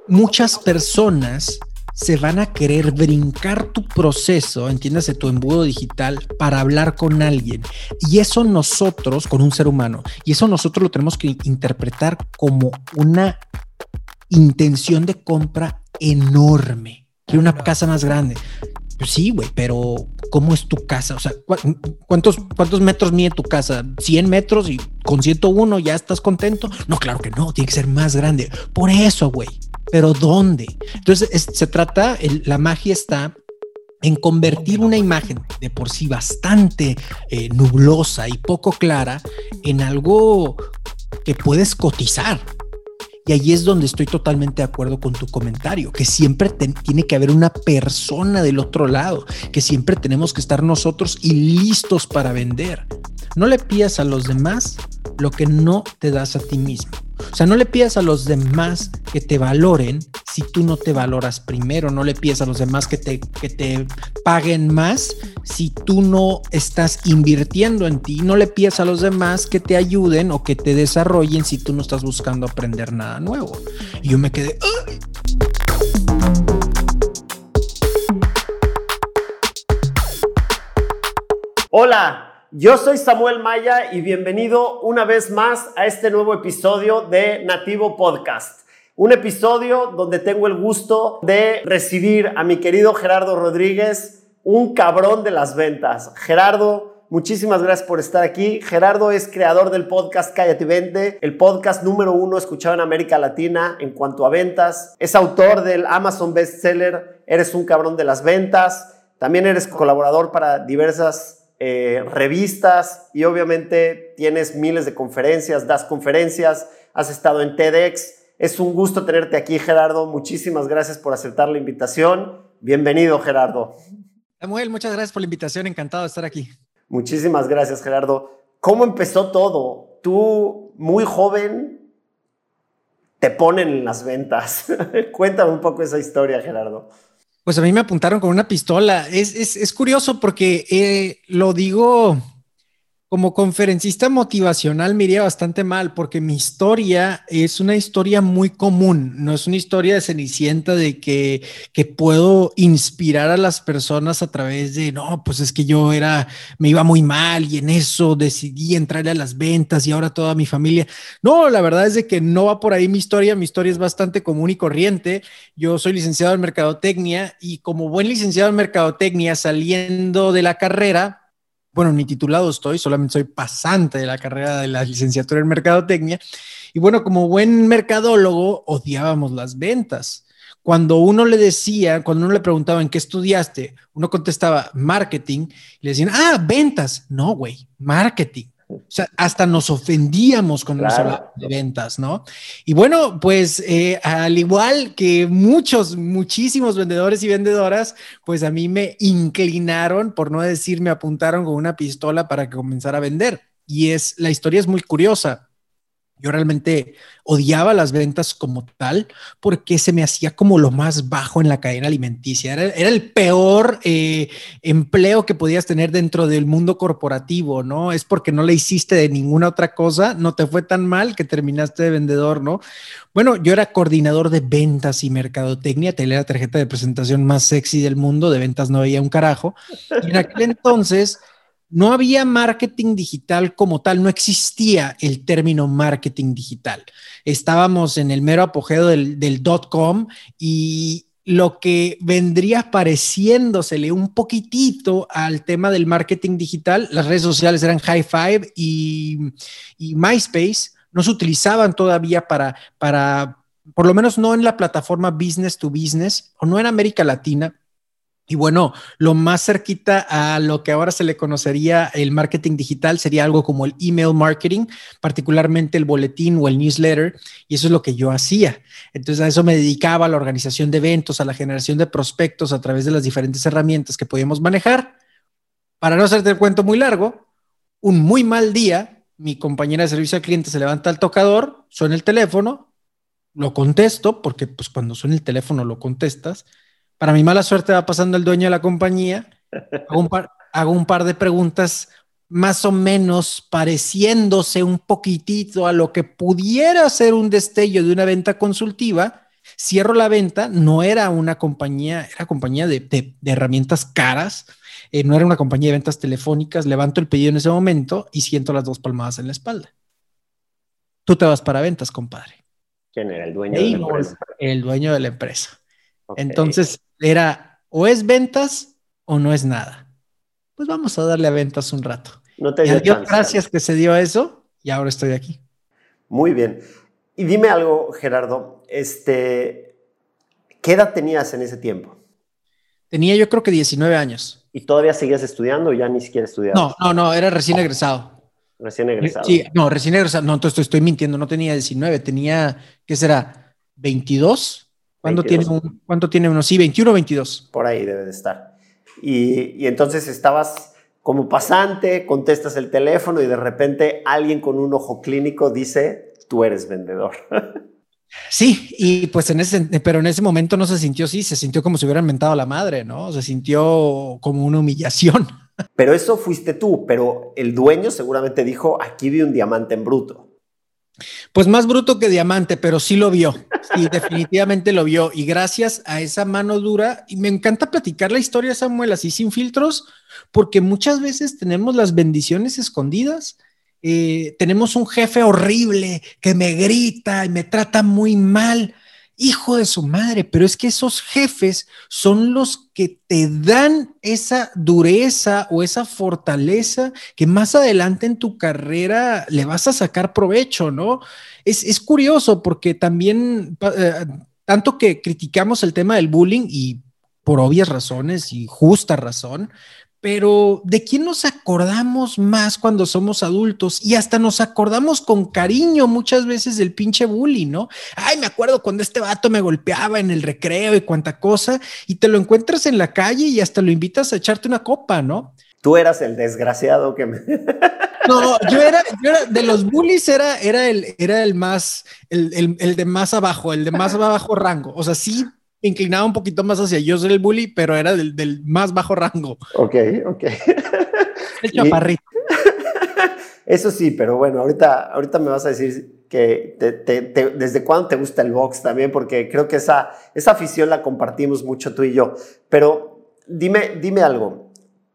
muchas personas se van a querer brincar tu proceso, entiéndase, tu embudo digital, para hablar con alguien. Y eso nosotros, con un ser humano, y eso nosotros lo tenemos que interpretar como una intención de compra enorme, que una casa más grande. Pues sí, güey, pero ¿cómo es tu casa? O sea, ¿cuántos metros mide tu casa? ¿100 metros y con 101 ya estás contento? No, claro que no, tiene que ser más grande. Por eso, güey. ¿Pero dónde? Entonces, se trata, la magia está en convertir una imagen de por sí bastante nublosa y poco clara en algo que puedes cotizar. Y ahí es donde estoy totalmente de acuerdo con tu comentario, que siempre tiene que haber una persona del otro lado, que siempre tenemos que estar nosotros y listos para vender. No le pidas a los demás lo que no te das a ti mismo. O sea, no le pidas a los demás que te valoren si tú no te valoras primero. No le pidas a los demás que te paguen más si tú no estás invirtiendo en ti. No le pidas a los demás que te ayuden o que te desarrollen si tú no estás buscando aprender nada nuevo. Y yo me quedé... ¡ay! Hola. Yo soy Samuel Maya y bienvenido una vez más a este nuevo episodio de Nativo Podcast. Un episodio donde tengo el gusto de recibir a mi querido Gerardo Rodríguez, un cabrón de las ventas. Gerardo, muchísimas gracias por estar aquí. Gerardo es creador del podcast Cállate y Vende, el podcast número 1 escuchado en América Latina en cuanto a ventas. Es autor del Amazon bestseller Eres un cabrón de las ventas. También eres colaborador para diversas revistas y obviamente tienes miles de conferencias, das conferencias, has estado en TEDx. Es un gusto tenerte aquí, Gerardo. Muchísimas gracias por aceptar la invitación. Bienvenido, Gerardo. Samuel, muchas gracias por la invitación. Encantado de estar aquí. Muchísimas gracias, Gerardo. ¿Cómo empezó todo? Tú, muy joven, te ponen en las ventas. Cuéntame un poco esa historia, Gerardo. Pues a mí me apuntaron con una pistola. Es curioso porque lo digo como conferencista motivacional, me iría bastante mal porque mi historia es una historia muy común. No es una historia de Cenicienta de que puedo inspirar a las personas a través de, no, pues es que me iba muy mal y en eso decidí entrarle a las ventas y ahora toda mi familia. No, la verdad es de que no va por ahí mi historia. Mi historia es bastante común y corriente. Yo soy licenciado en Mercadotecnia y como buen licenciado en Mercadotecnia, saliendo de la carrera, bueno, ni titulado estoy, solamente soy pasante de la carrera de la licenciatura en Mercadotecnia. Y bueno, como buen mercadólogo, odiábamos las ventas. Cuando uno le preguntaba en qué estudiaste, uno contestaba marketing y le decían, ventas. No, güey, marketing. O sea, hasta nos ofendíamos cuando nos hablaban de ventas, ¿no? Y bueno, pues al igual que muchísimos vendedores y vendedoras, pues a mí me inclinaron, por no decir me apuntaron con una pistola para que comenzara a vender. Y la historia es muy curiosa. Yo realmente odiaba las ventas como tal porque se me hacía como lo más bajo en la cadena alimenticia. Era el peor empleo que podías tener dentro del mundo corporativo, ¿no? Es porque no le hiciste de ninguna otra cosa, no te fue tan mal que terminaste de vendedor, ¿no? Bueno, yo era coordinador de ventas y mercadotecnia, tenía la tarjeta de presentación más sexy del mundo, de ventas no veía un carajo. Y en aquel entonces no había marketing digital como tal, no existía el término marketing digital. Estábamos en el mero apogeo del .com y lo que vendría pareciéndosele un poquitito al tema del marketing digital, las redes sociales eran High Five y MySpace, no se utilizaban todavía para, por lo menos no en la plataforma business to business, o no en América Latina. Y bueno, lo más cerquita a lo que ahora se le conocería el marketing digital sería algo como el email marketing, particularmente el boletín o el newsletter, y eso es lo que yo hacía. Entonces a eso me dedicaba, a la organización de eventos, a la generación de prospectos a través de las diferentes herramientas que podíamos manejar. Para no hacerte el cuento muy largo, un muy mal día, mi compañera de servicio al cliente se levanta al tocador, suena el teléfono, lo contesto, porque pues cuando suena el teléfono lo contestas. Para mi mala suerte va pasando el dueño de la compañía, hago un par de preguntas más o menos pareciéndose un poquitito a lo que pudiera ser un destello de una venta consultiva Cierro la venta, no era una compañía, era compañía de herramientas caras, no era una compañía de ventas telefónicas, levanto el pedido en ese momento y siento las 2 palmadas en la espalda. Tú te vas para ventas, compadre. ¿Quién era el dueño de Ahí la no, empresa? el dueño de la empresa. Ok. Entonces era o es ventas o no es nada. Pues vamos a darle a ventas un rato. No te Y dio adiós, chance. gracias que se dio eso y ahora estoy aquí. Muy bien. Y dime algo, Gerardo. ¿Qué edad tenías en ese tiempo? Tenía yo creo que 19 años. ¿Y todavía seguías estudiando o ya ni siquiera estudiabas? No, era recién egresado. Recién egresado. Sí, no, recién egresado. No, entonces estoy mintiendo, no tenía 19, tenía, ¿qué será? ¿22? ¿22? ¿Cuánto tiene uno? Sí, 21 o 22. Por ahí debe de estar. Y entonces estabas como pasante, contestas el teléfono y de repente alguien con un ojo clínico dice, tú eres vendedor. Sí, y pues pero en ese momento no se sintió así, se sintió como si hubieran mentado a la madre, ¿no? Se sintió como una humillación. Pero eso fuiste tú, pero el dueño seguramente dijo, aquí vi un diamante en bruto. Pues más bruto que diamante, pero sí lo vio. Sí, definitivamente lo vio. Y gracias a esa mano dura, y me encanta platicar la historia, Samuel, así sin filtros, porque muchas veces tenemos las bendiciones escondidas. Tenemos un jefe horrible que me grita y me trata muy mal. Hijo de su madre, pero es que esos jefes son los que te dan esa dureza o esa fortaleza que más adelante en tu carrera le vas a sacar provecho, ¿no? Es curioso porque también, tanto que criticamos el tema del bullying y por obvias razones y justa razón, pero ¿de quién nos acordamos más cuando somos adultos? Y hasta nos acordamos con cariño muchas veces del pinche bully, ¿no? Ay, me acuerdo cuando este vato me golpeaba en el recreo y cuánta cosa, y te lo encuentras en la calle y hasta lo invitas a echarte una copa, ¿no? Tú eras el desgraciado que me... No, yo era de los bullies, era el más, el de más abajo, el de más bajo rango. O sea, sí me inclinaba un poquito más hacia yo ser el bully, pero era del más bajo rango. Ok, ok. El Y chaparrito. eso sí, pero bueno, ahorita me vas a decir que desde cuándo te gusta el box también, porque creo que esa afición la compartimos mucho tú y yo. Pero dime algo.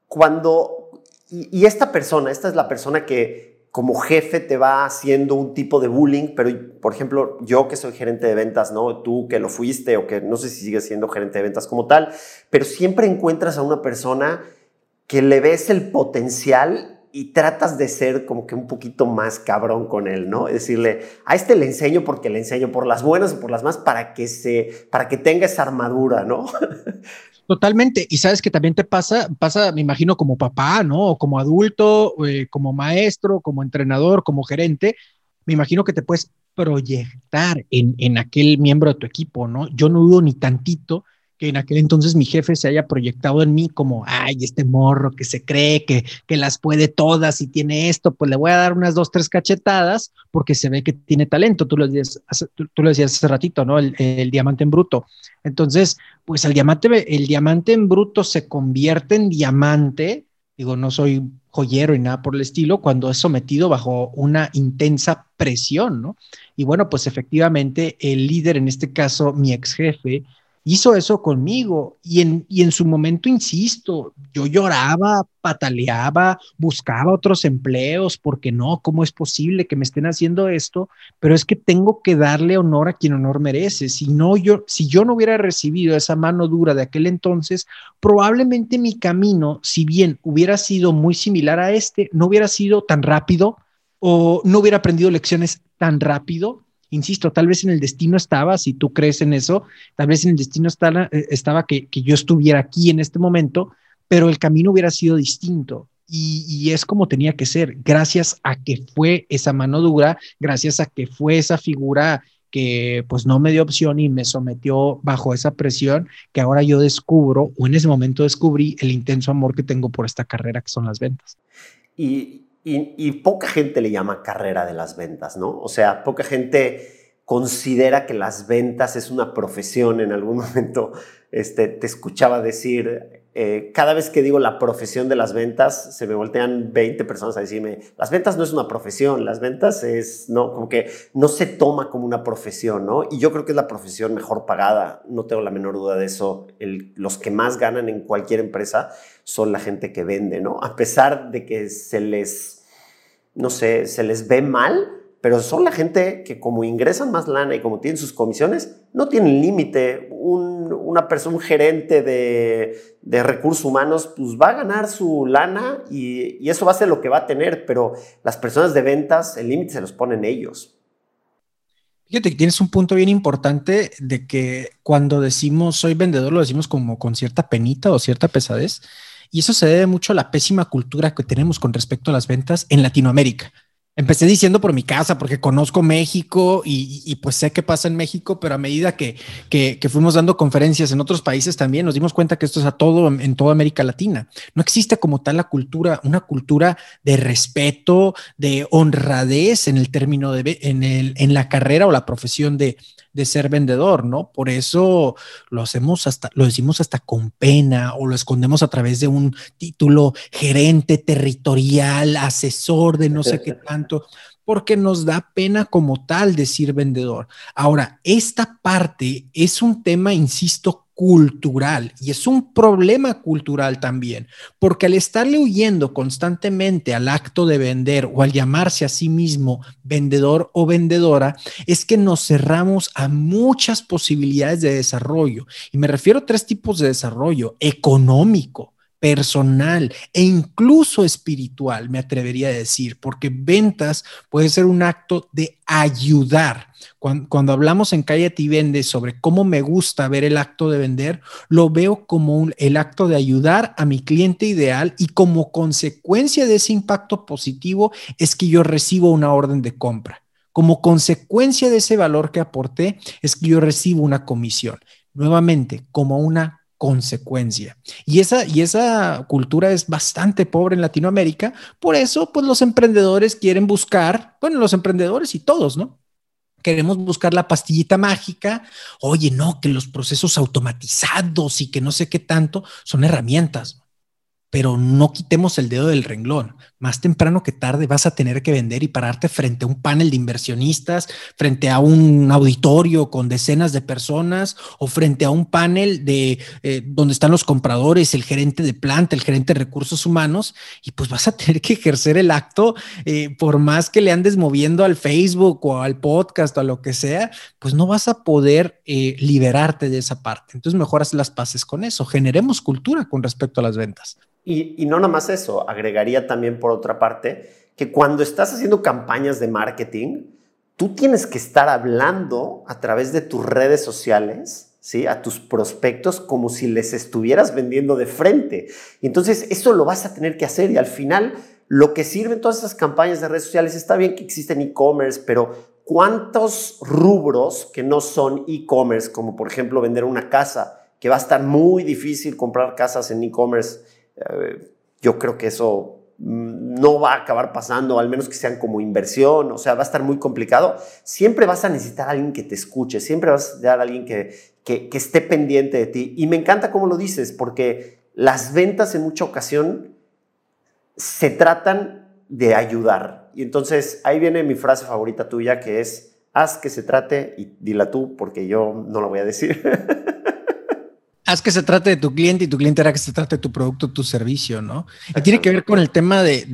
Y esta es la persona que como jefe te va haciendo un tipo de bullying, pero por ejemplo, yo que soy gerente de ventas, ¿no? Tú que lo fuiste o que no sé si sigues siendo gerente de ventas como tal, pero siempre encuentras a una persona que le ves el potencial y tratas de ser como que un poquito más cabrón con él, ¿no? Es decirle, a este le enseño porque le enseño por las buenas o por las más para que tenga esa armadura, ¿no? Totalmente. Y sabes que también te pasa, me imagino, como papá, ¿no? O como adulto, como maestro, como entrenador, como gerente. Me imagino que te puedes proyectar en aquel miembro de tu equipo, ¿no? Yo no dudo ni tantito que en aquel entonces mi jefe se haya proyectado en mí como, ay, este morro que se cree que las puede todas y tiene esto, pues le voy a dar unas 2, 3 cachetadas porque se ve que tiene talento. Tú lo decías hace ratito, ¿no? El diamante en bruto. Entonces, pues el diamante en bruto se convierte en diamante, digo, no soy joyero y nada por el estilo, cuando es sometido bajo una intensa presión, ¿no? Y bueno, pues efectivamente el líder, en este caso mi ex jefe, hizo eso conmigo y en su momento, insisto, yo lloraba, pataleaba, buscaba otros empleos, porque no, ¿cómo es posible que me estén haciendo esto? Pero es que tengo que darle honor a quien honor merece. Si yo no hubiera recibido esa mano dura de aquel entonces, probablemente mi camino, si bien hubiera sido muy similar a este, no hubiera sido tan rápido o no hubiera aprendido lecciones tan rápido. Insisto, tal vez en el destino estaba, si tú crees en eso, tal vez en el destino estaba que yo estuviera aquí en este momento, pero el camino hubiera sido distinto. Y es como tenía que ser, gracias a que fue esa mano dura, gracias a que fue esa figura que pues no me dio opción y me sometió bajo esa presión, que ahora yo descubro, o en ese momento descubrí el intenso amor que tengo por esta carrera que son las ventas. Y poca gente le llama carrera de las ventas, ¿no? O sea, poca gente considera que las ventas es una profesión. En algún momento te escuchaba decir, cada vez que digo la profesión de las ventas, se me voltean 20 personas a decirme, las ventas no es una profesión, las ventas es, no, como que no se toma como una profesión, ¿no? Y yo creo que es la profesión mejor pagada, no tengo la menor duda de eso. Los que más ganan en cualquier empresa son la gente que vende, ¿no? A pesar de que no sé, se les ve mal, pero son la gente que como ingresan más lana y como tienen sus comisiones, no tienen límite. Un gerente de recursos humanos pues va a ganar su lana y eso va a ser lo que va a tener, pero las personas de ventas, el límite se los ponen ellos. Fíjate que tienes un punto bien importante de que cuando decimos soy vendedor, lo decimos como con cierta penita o cierta pesadez, y eso se debe mucho a la pésima cultura que tenemos con respecto a las ventas en Latinoamérica. Empecé diciendo por mi casa, porque conozco México y pues sé qué pasa en México, pero a medida que fuimos dando conferencias en otros países también nos dimos cuenta que esto es a todo en toda América Latina. No existe como tal la cultura, una cultura de respeto, de honradez en el término en la carrera o la profesión de ser vendedor, ¿no? Por eso lo decimos hasta con pena o lo escondemos a través de un título gerente territorial, asesor de no sé qué tanto, porque nos da pena como tal decir vendedor. Ahora, esta parte es un tema, insisto, cultural y es un problema cultural también, porque al estarle huyendo constantemente al acto de vender o al llamarse a sí mismo vendedor o vendedora, es que nos cerramos a muchas posibilidades de desarrollo. Y me refiero a 3 tipos de desarrollo: económico, personal e incluso espiritual, me atrevería a decir, porque ventas puede ser un acto de ayudar. Cuando hablamos en Cállate y Vende sobre cómo me gusta ver el acto de vender, lo veo como el acto de ayudar a mi cliente ideal y como consecuencia de ese impacto positivo es que yo recibo una orden de compra. Como consecuencia de ese valor que aporté es que yo recibo una comisión. Nuevamente, como una consecuencia. Y esa cultura es bastante pobre en Latinoamérica. Por eso, pues los emprendedores quieren buscar, bueno, los emprendedores y todos, ¿no? Queremos buscar la pastillita mágica. Oye, no, que los procesos automatizados y que no sé qué tanto son herramientas, pero no quitemos el dedo del renglón. Más temprano que tarde vas a tener que vender y pararte frente a un panel de inversionistas, frente a un auditorio con decenas de personas o frente a un panel donde están los compradores, el gerente de planta, el gerente de recursos humanos, y pues vas a tener que ejercer el acto, por más que le andes moviendo al Facebook o al podcast o a lo que sea, pues no vas a poder liberarte de esa parte. Entonces mejor haz las paces con eso, generemos cultura con respecto a las ventas. Y no nada más eso, agregaría también por otra parte que cuando estás haciendo campañas de marketing, tú tienes que estar hablando a través de tus redes sociales, ¿sí?, a tus prospectos como si les estuvieras vendiendo de frente. Y entonces eso lo vas a tener que hacer y al final lo que sirven todas esas campañas de redes sociales, está bien que existen e-commerce, pero ¿cuántos rubros que no son e-commerce, como por ejemplo vender una casa, que va a estar muy difícil comprar casas en e-commerce? Yo creo que eso no va a acabar pasando, al menos que sean como inversión, o sea, va a estar muy complicado. Siempre vas a necesitar a alguien que te escuche, siempre vas a necesitar a alguien que esté pendiente de ti. Y me encanta cómo lo dices, porque las ventas en mucha ocasión se tratan de ayudar. Y entonces ahí viene mi frase favorita tuya, que es: haz que se trate, y dila tú, porque yo no la voy a decir. Haz que se trate de tu cliente y tu cliente hará que se trate de tu producto, tu servicio, ¿no? Y tiene que ver con el tema de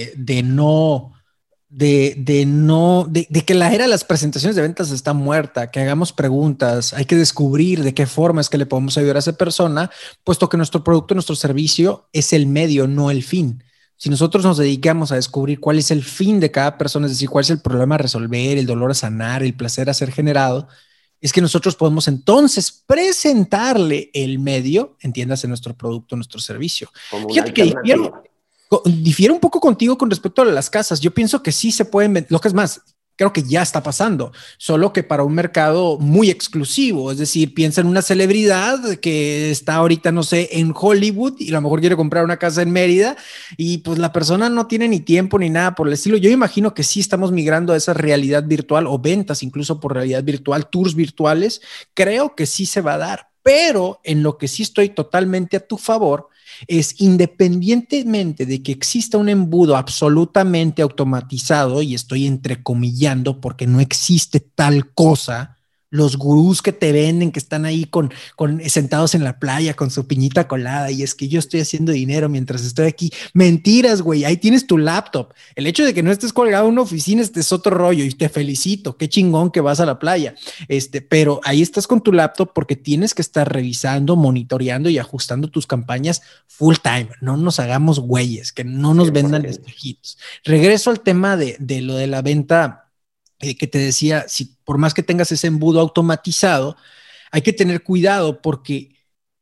que la era de las presentaciones de ventas está muerta, que hagamos preguntas, hay que descubrir de qué forma es que le podemos ayudar a esa persona, puesto que nuestro producto, nuestro servicio es el medio, no el fin. Si nosotros nos dedicamos a descubrir cuál es el fin de cada persona, es decir, cuál es el problema a resolver, el dolor a sanar, el placer a ser generado, es que nosotros podemos entonces presentarle el medio, entiéndase, nuestro producto, nuestro servicio. Fíjate que difiero un poco contigo con respecto a las casas. Yo pienso que sí se pueden vender, lo que es más, creo que ya está pasando, solo que para un mercado muy exclusivo. Es decir, piensa en una celebridad que está ahorita, no sé, en Hollywood y a lo mejor quiere comprar una casa en Mérida y pues la persona no tiene ni tiempo ni nada por el estilo. Yo imagino que sí estamos migrando a esa realidad virtual o ventas incluso por realidad virtual, tours virtuales. Creo que sí se va a dar. Pero en lo que sí estoy totalmente a tu favor es, independientemente de que exista un embudo absolutamente automatizado, y estoy entrecomillando porque no existe tal cosa, los gurús que te venden, que están ahí sentados en la playa con su piñita colada, y es que yo estoy haciendo dinero mientras estoy aquí. Mentiras, güey, ahí tienes tu laptop. El hecho de que no estés colgado en una oficina, este es otro rollo, y te felicito, qué chingón que vas a la playa. Pero ahí estás con tu laptop porque tienes que estar revisando, monitoreando y ajustando tus campañas full time. No nos hagamos güeyes, que no nos vendan espejitos. Regreso al tema de lo de la venta, que te decía, si por más que tengas ese embudo automatizado, hay que tener cuidado porque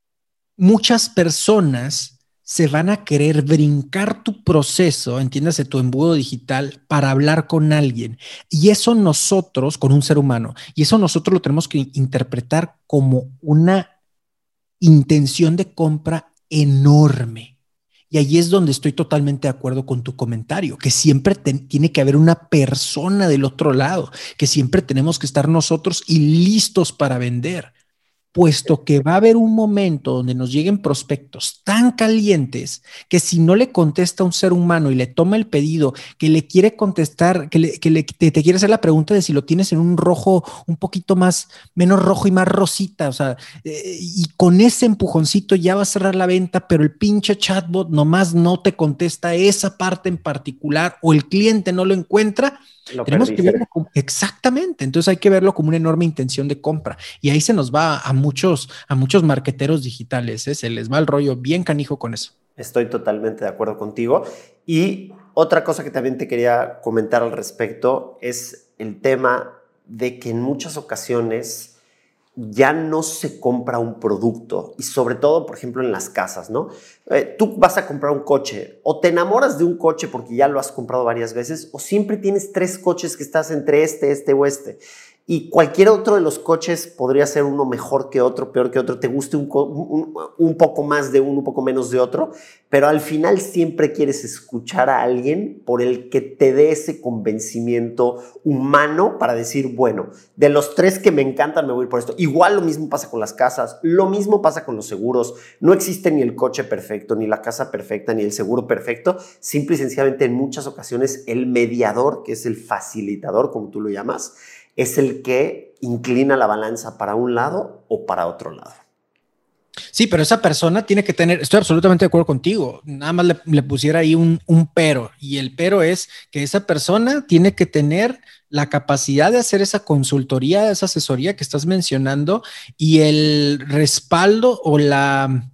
muchas personas se van a querer brincar tu proceso, entiéndase, tu embudo digital, para hablar con alguien. Y eso nosotros, con un ser humano, y eso nosotros lo tenemos que interpretar como una intención de compra enorme. Y ahí es donde estoy totalmente de acuerdo con tu comentario, que siempre tiene que haber una persona del otro lado, que siempre tenemos que estar nosotros y listos para vender, puesto que va a haber un momento donde nos lleguen prospectos tan calientes que si no le contesta un ser humano y le toma el pedido, que le quiere contestar, te quiere hacer la pregunta de si lo tienes en un rojo un poquito más, menos rojo y más rosita, o sea, y con ese empujoncito ya va a cerrar la venta, pero el pinche chatbot nomás no te contesta esa parte en particular, o el cliente no lo encuentra. Tenemos que verlo exactamente, entonces hay que verlo como una enorme intención de compra, y ahí se nos va a muchos marqueteros digitales, ¿eh? Se les va el rollo bien canijo con eso. Estoy totalmente de acuerdo contigo. Y otra cosa que también te quería comentar al respecto es el tema de que en muchas ocasiones ya no se compra un producto, y sobre todo, por ejemplo, en las casas, ¿no? Tú vas a comprar un coche, o te enamoras de un coche porque ya lo has comprado varias veces, o siempre tienes 3 coches que estás entre este o este. Y cualquier otro de los coches podría ser uno mejor que otro, peor que otro, te guste un poco más de uno, un poco menos de otro, pero al final siempre quieres escuchar a alguien por el que te dé ese convencimiento humano para decir, bueno, de los 3 que me encantan me voy a ir por esto. Igual lo mismo pasa con las casas, lo mismo pasa con los seguros. No existe ni el coche perfecto, ni la casa perfecta, ni el seguro perfecto. Simple y sencillamente en muchas ocasiones el mediador, que es el facilitador, como tú lo llamas, es el que inclina la balanza para un lado o para otro lado. Sí, pero esa persona tiene que tener, estoy absolutamente de acuerdo contigo, nada más le pusiera ahí un pero, y el pero es que esa persona tiene que tener la capacidad de hacer esa consultoría, esa asesoría que estás mencionando, y el respaldo o la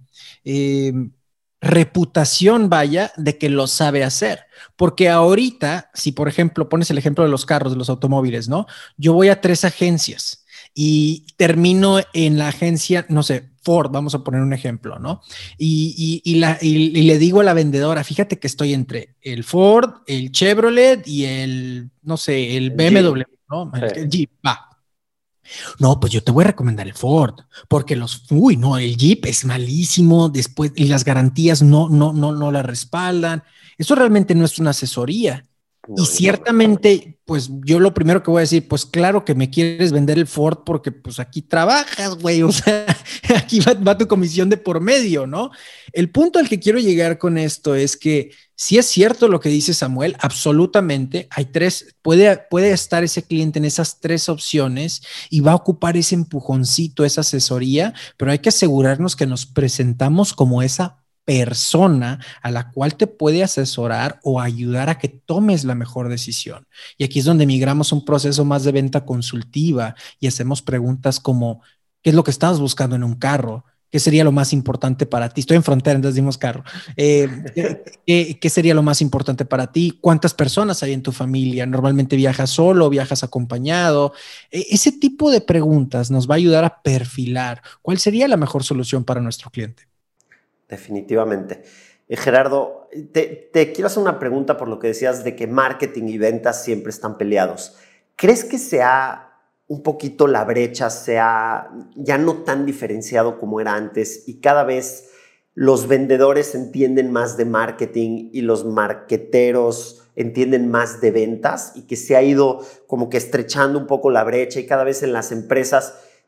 reputación, vaya, de que lo sabe hacer. Porque ahorita, si por ejemplo pones el ejemplo de los carros, de los automóviles, ¿no? Yo voy a 3 agencias y termino en la agencia, no sé, Ford, vamos a poner un ejemplo, ¿no? Y le digo a la vendedora, fíjate que estoy entre el Ford, el Chevrolet y el, no sé, el BMW, ¿no? El Jeep, va. No, pues yo te voy a recomendar el Ford, porque el Jeep es malísimo, después, y las garantías no la respaldan. Eso realmente no es una asesoría. Y ciertamente, pues yo lo primero que voy a decir, pues claro que me quieres vender el Ford porque pues aquí trabajas, güey, o sea, aquí va tu comisión de por medio, ¿no? El punto al que quiero llegar con esto es que si es cierto lo que dice Samuel, absolutamente, hay 3, puede estar ese cliente en esas 3 opciones y va a ocupar ese empujoncito, esa asesoría, pero hay que asegurarnos que nos presentamos como esa persona a la cual te puede asesorar o ayudar a que tomes la mejor decisión. Y aquí es donde migramos a un proceso más de venta consultiva y hacemos preguntas como, ¿qué es lo que estabas buscando en un carro? ¿Qué sería lo más importante para ti? Estoy en frontera, entonces dimos carro. ¿Qué sería lo más importante para ti? ¿Cuántas personas hay en tu familia? ¿Normalmente viajas solo o viajas acompañado? Ese tipo de preguntas nos va a ayudar a perfilar cuál sería la mejor solución para nuestro cliente. Definitivamente. Gerardo, te quiero hacer una pregunta por lo que decías de que marketing y ventas siempre están peleados. ¿Crees que sea un poquito la brecha, sea ya no tan diferenciado como era antes y cada vez los vendedores entienden más de marketing y los marqueteros entienden más de ventas, y que se ha ido como que estrechando un poco la brecha y cada vez en las empresas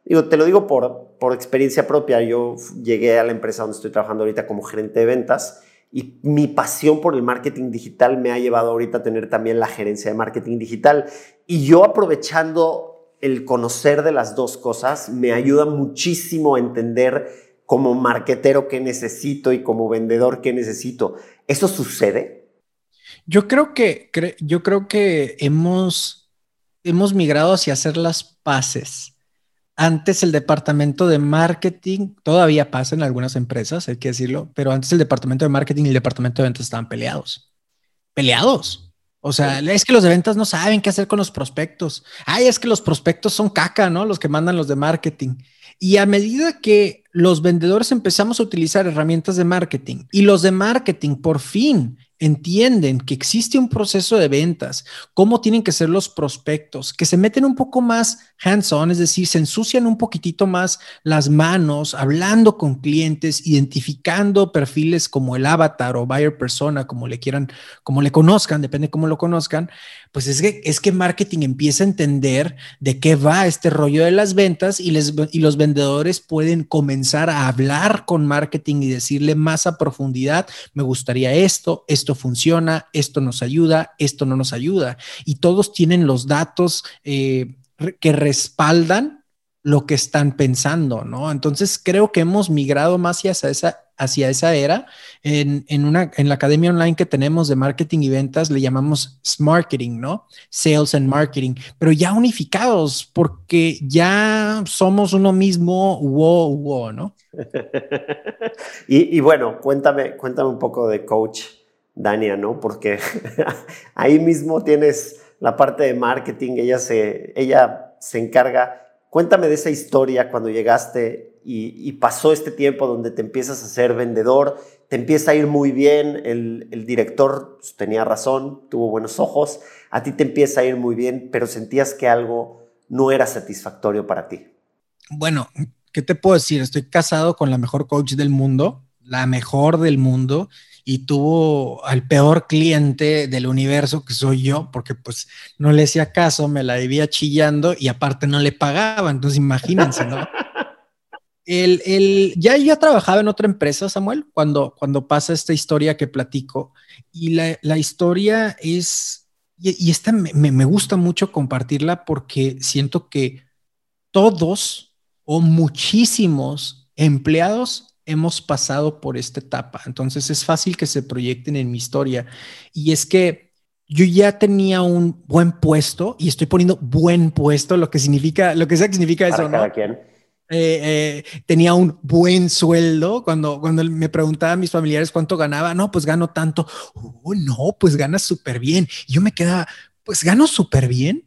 Digo, te lo digo por experiencia propia. Yo llegué a la empresa donde estoy trabajando ahorita como gerente de ventas y mi pasión por el marketing digital me ha llevado ahorita a tener también la gerencia de marketing digital. Y yo aprovechando el conocer de las dos cosas me ayuda muchísimo a entender como marketero qué necesito y como vendedor qué necesito. ¿Eso sucede? Yo creo que hemos migrado hacia hacer las paces. Antes el departamento de marketing, todavía pasa en algunas empresas, hay que decirlo, pero antes el departamento de marketing y el departamento de ventas estaban peleados. Peleados. O sea, Sí. es que los de ventas no saben qué hacer con los prospectos. Ay, es que los prospectos son caca, ¿no? Los que mandan los de marketing. Y a medida que los vendedores empezamos a utilizar herramientas de marketing y los de marketing por fin entienden que existe un proceso de ventas, cómo tienen que ser los prospectos, que se meten un poco más hands-on, es decir, se ensucian un poquitito más las manos, hablando con clientes, identificando perfiles como el avatar o buyer persona, como le quieran, como le conozcan, depende cómo lo conozcan, pues es que marketing empieza a entender de qué va este rollo de las ventas y los vendedores pueden comenzar a hablar con marketing y decirle más a profundidad, me gustaría esto funciona, esto nos ayuda, esto no nos ayuda. Y todos tienen los datos que respaldan lo que están pensando, ¿no? Entonces creo que hemos migrado más hacia esa era. En la academia online que tenemos de marketing y ventas le llamamos Smarketing, ¿no? Sales and Marketing, pero ya unificados porque ya somos uno mismo, ¿no? Y bueno, cuéntame un poco de coach Dania, ¿no? Porque ahí mismo tienes la parte de marketing, ella se encarga. Cuéntame de esa historia cuando llegaste y pasó este tiempo donde te empiezas a ser vendedor, te empieza a ir muy bien, el director pues, tenía razón, tuvo buenos ojos, a ti te empieza a ir muy bien, pero sentías que algo no era satisfactorio para ti. Bueno, ¿qué te puedo decir? Estoy casado con la mejor coach del mundo, la mejor del mundo, y tuvo al peor cliente del universo, que soy yo, porque pues no le hacía caso, me la vivía chillando y aparte no le pagaba. Entonces imagínense, ¿no? Ya yo trabajaba en otra empresa, Samuel, cuando pasa esta historia que platico, y la historia es, y esta me gusta mucho compartirla porque siento que todos o muchísimos empleados hemos pasado por esta etapa. Entonces es fácil que se proyecten en mi historia. Y es que yo ya tenía un buen puesto y estoy poniendo buen puesto, lo que significa, lo que sea que significa Para eso, ¿no? cada quien. Tenía un buen sueldo. Cuando me preguntaban a mis familiares cuánto ganaba, no, pues gano tanto. Oh, no, pues ganas súper bien. Y yo me quedaba, pues gano súper bien.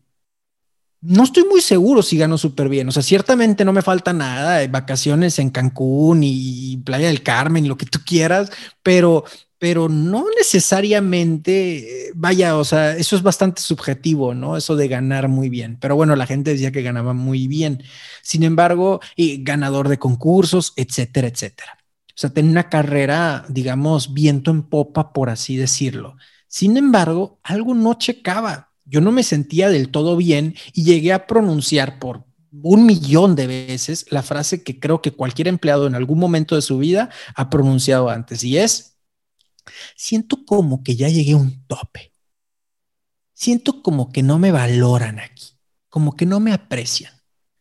No estoy muy seguro si gano súper bien. O sea, ciertamente no me falta nada, vacaciones en Cancún y Playa del Carmen, lo que tú quieras, pero, pero no necesariamente, vaya, o sea, eso es bastante subjetivo, ¿no? Eso de ganar muy bien. Pero bueno, la gente decía que ganaba muy bien. Sin embargo, y ganador de concursos, etcétera, etcétera. O sea, tenía una carrera, digamos, viento en popa, por así decirlo. Sin embargo, algo no checaba. Yo no me sentía del todo bien y llegué a pronunciar por 1 millón de veces la frase que creo que cualquier empleado en algún momento de su vida ha pronunciado antes y es, siento como que ya llegué a un tope, siento como que no me valoran aquí, como que no me aprecian.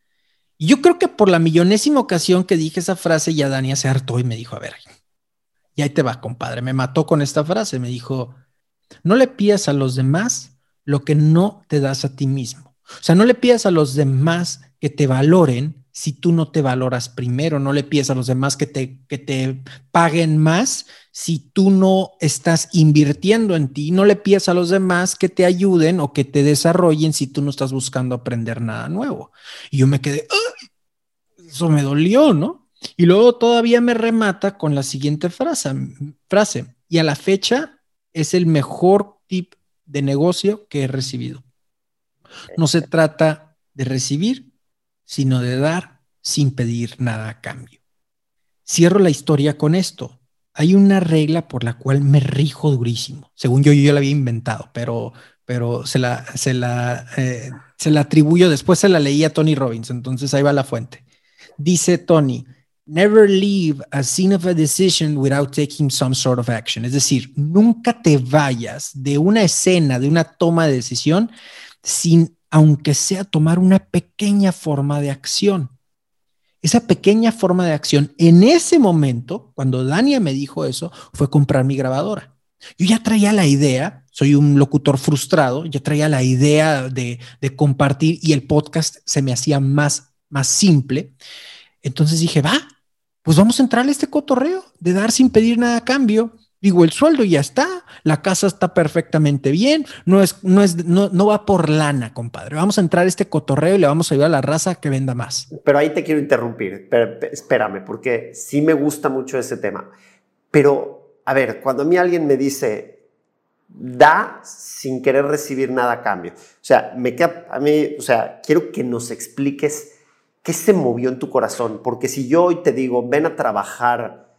Y yo creo que por la millonésima ocasión que dije esa frase ya Dania se hartó y me dijo, a ver, y ahí te va, compadre, me mató con esta frase, me dijo, no le pidas a los demás lo que no te das a ti mismo. O sea, no le pidas a los demás que te valoren si tú no te valoras primero. No le pidas a los demás que te paguen más si tú no estás invirtiendo en ti. No le pidas a los demás que te ayuden o que te desarrollen si tú no estás buscando aprender nada nuevo. Y yo me quedé, ¡ay! Eso me dolió, ¿no? Y luego todavía me remata con la siguiente frase. Y a la fecha es el mejor tip de negocio que he recibido. No se trata de recibir, sino de dar sin pedir nada a cambio. Cierro la historia con esto. Hay una regla por la cual me rijo durísimo. Según yo la había inventado, pero se la atribuyo. Después se la leí a Tony Robbins, entonces ahí va la fuente. Dice Tony, never leave a scene of a decision without taking some sort of action. Es decir, nunca te vayas de una escena, de una toma de decisión, sin, aunque sea tomar una pequeña forma de acción. Esa pequeña forma de acción, en ese momento, cuando Dania me dijo eso, fue comprar mi grabadora. Yo ya traía la idea, soy un locutor frustrado, ya traía la idea de compartir y el podcast se me hacía más simple. Entonces dije, va, pues vamos a entrar a este cotorreo de dar sin pedir nada a cambio. Digo, el sueldo ya está, la casa está perfectamente bien, no va por lana, compadre. Vamos a entrar a este cotorreo y le vamos a ayudar a la raza que venda más. Pero ahí te quiero interrumpir, espérame, porque sí me gusta mucho ese tema. Pero, a ver, cuando a mí alguien me dice, da sin querer recibir nada a cambio. O sea, quiero que nos expliques qué se movió en tu corazón. Porque si yo hoy te digo, ven a trabajar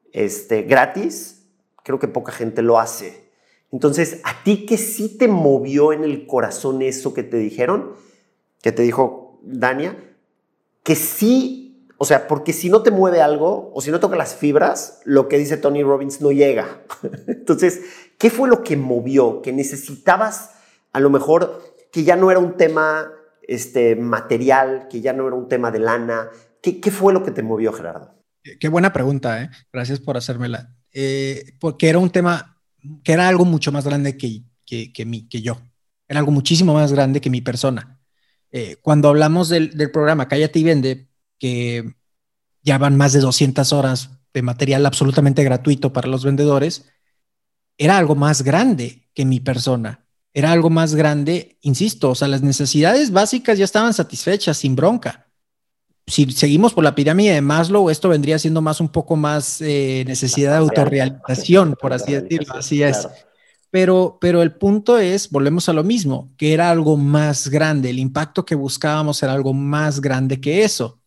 gratis, creo que poca gente lo hace. Entonces, ¿a ti qué sí te movió en el corazón eso que te dijeron? Que te dijo Dania, que sí, o sea, porque si no te mueve algo o si no toca las fibras, lo que dice Tony Robbins no llega. Entonces, ¿qué fue lo que movió? Que necesitabas, a lo mejor, que ya no era un tema material, que ya no era un tema de lana. ¿Qué fue lo que te movió, Gerardo? Qué buena pregunta, ¿eh? Gracias por hacérmela. Porque era un tema que era algo mucho más grande que yo. Era algo muchísimo más grande que mi persona. Cuando hablamos del programa Cállate y Vende, que ya van más de 200 horas de material absolutamente gratuito para los vendedores, era algo más grande que mi persona. Era algo más grande, insisto, o sea, las necesidades básicas ya estaban satisfechas sin bronca. Si seguimos por la pirámide de Maslow, esto vendría siendo más un poco más necesidad de autorrealización, por así decirlo, así es. Claro. Pero el punto es, volvemos a lo mismo, que era algo más grande, el impacto que buscábamos era algo más grande que eso.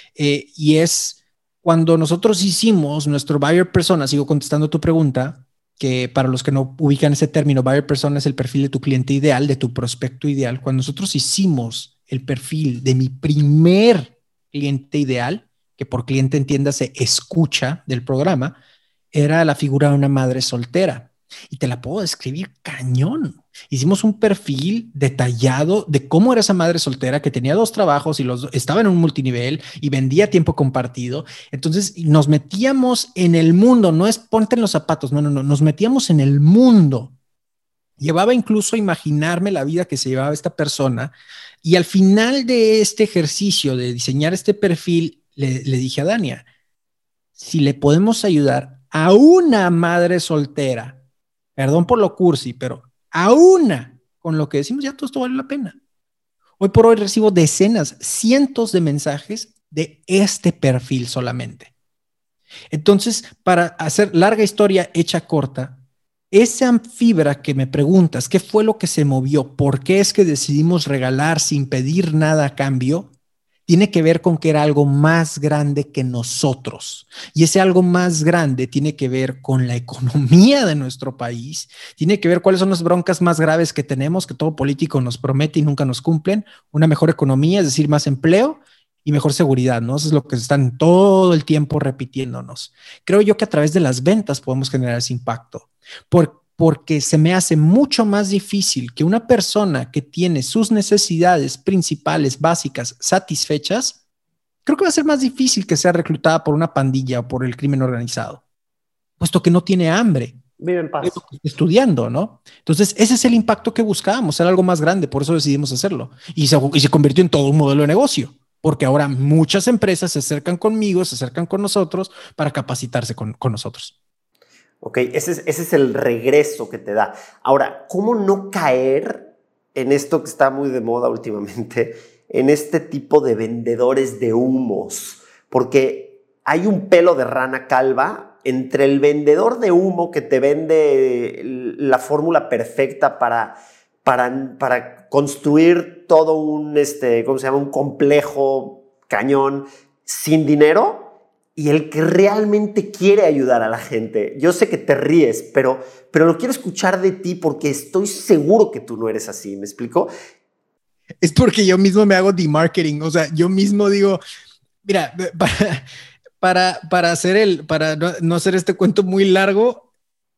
Y es cuando nosotros hicimos nuestro buyer persona, sigo contestando tu pregunta, que para los que no ubican ese término, buyer persona es el perfil de tu cliente ideal, de tu prospecto ideal. Cuando nosotros hicimos el perfil de mi primer cliente ideal, que por cliente entiéndase escucha del programa, era la figura de una madre soltera. Y te la puedo describir cañón. Hicimos un perfil detallado de cómo era esa madre soltera que tenía 2 trabajos y estaba en un multinivel y vendía tiempo compartido. Entonces nos metíamos en el mundo, no es ponte en los zapatos, no, nos metíamos en el mundo. Llevaba incluso a imaginarme la vida que se llevaba esta persona y al final de este ejercicio de diseñar este perfil, le dije a Dania, si le podemos ayudar a una madre soltera, perdón por lo cursi, pero a una, con lo que decimos, ya todo esto vale la pena. Hoy por hoy recibo decenas, cientos de mensajes de este perfil solamente. Entonces, para hacer larga historia hecha corta, esa fibra que me preguntas, ¿qué fue lo que se movió? ¿Por qué es que decidimos regalar sin pedir nada a cambio? Tiene que ver con que era algo más grande que nosotros. Y ese algo más grande tiene que ver con la economía de nuestro país, tiene que ver cuáles son las broncas más graves que tenemos, que todo político nos promete y nunca nos cumplen. Una mejor economía, es decir, más empleo y mejor seguridad, ¿no? Eso es lo que están todo el tiempo repitiéndonos. Creo yo que a través de las ventas podemos generar ese impacto. Porque se me hace mucho más difícil que una persona que tiene sus necesidades principales, básicas, satisfechas, creo que va a ser más difícil que sea reclutada por una pandilla o por el crimen organizado, puesto que no tiene hambre. Vive en paz. Estudiando, ¿no? Entonces, ese es el impacto que buscábamos, era algo más grande, por eso decidimos hacerlo. Y se convirtió en todo un modelo de negocio, porque ahora muchas empresas se acercan conmigo, se acercan con nosotros para capacitarse con nosotros. Ok, ese es el regreso que te da. Ahora, ¿cómo no caer en esto que está muy de moda últimamente, en este tipo de vendedores de humos? Porque hay un pelo de rana calva entre el vendedor de humo que te vende la fórmula perfecta para construir todo un, ¿cómo se llama? Un complejo cañón sin dinero, y el que realmente quiere ayudar a la gente. Yo sé que te ríes, pero lo quiero escuchar de ti porque estoy seguro que tú no eres así. ¿Me explico? Es porque yo mismo me hago demarketing. O sea, yo mismo digo, Mira, para no hacer este cuento muy largo,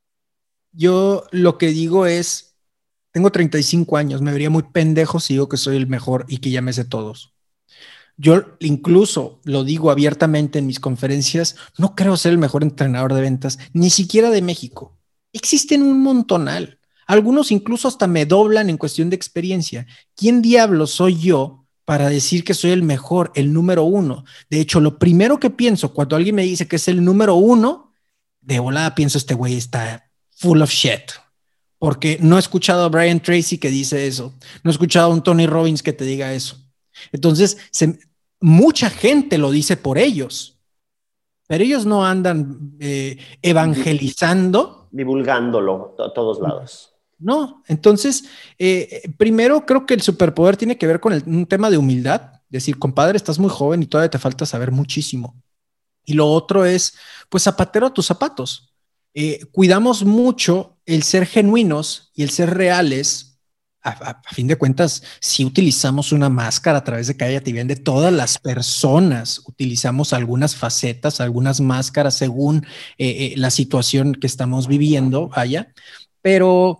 yo lo que digo es, tengo 35 años, me vería muy pendejo si digo que soy el mejor y que ya me sé todos. Yo incluso lo digo abiertamente en mis conferencias, no creo ser el mejor entrenador de ventas, ni siquiera de México. Existen un montonal. Algunos incluso hasta me doblan en cuestión de experiencia. ¿Quién diablos soy yo para decir que soy el mejor, el número uno? De hecho, lo primero que pienso cuando alguien me dice que es el número uno, de volada pienso, este güey está full of shit. Porque no he escuchado a Brian Tracy que dice eso. No he escuchado a un Tony Robbins que te diga eso. Entonces, mucha gente lo dice por ellos, pero ellos no andan evangelizando. Divulgándolo a todos lados. No, entonces, primero creo que el superpoder tiene que ver con un tema de humildad, decir, compadre, estás muy joven y todavía te falta saber muchísimo. Y lo otro es, pues, zapatero a tus zapatos. Cuidamos mucho el ser genuinos y el ser reales. A fin de cuentas, si utilizamos una máscara a través de Cállate y Vende, todas las personas utilizamos algunas facetas, algunas máscaras según la situación que estamos viviendo, vaya, pero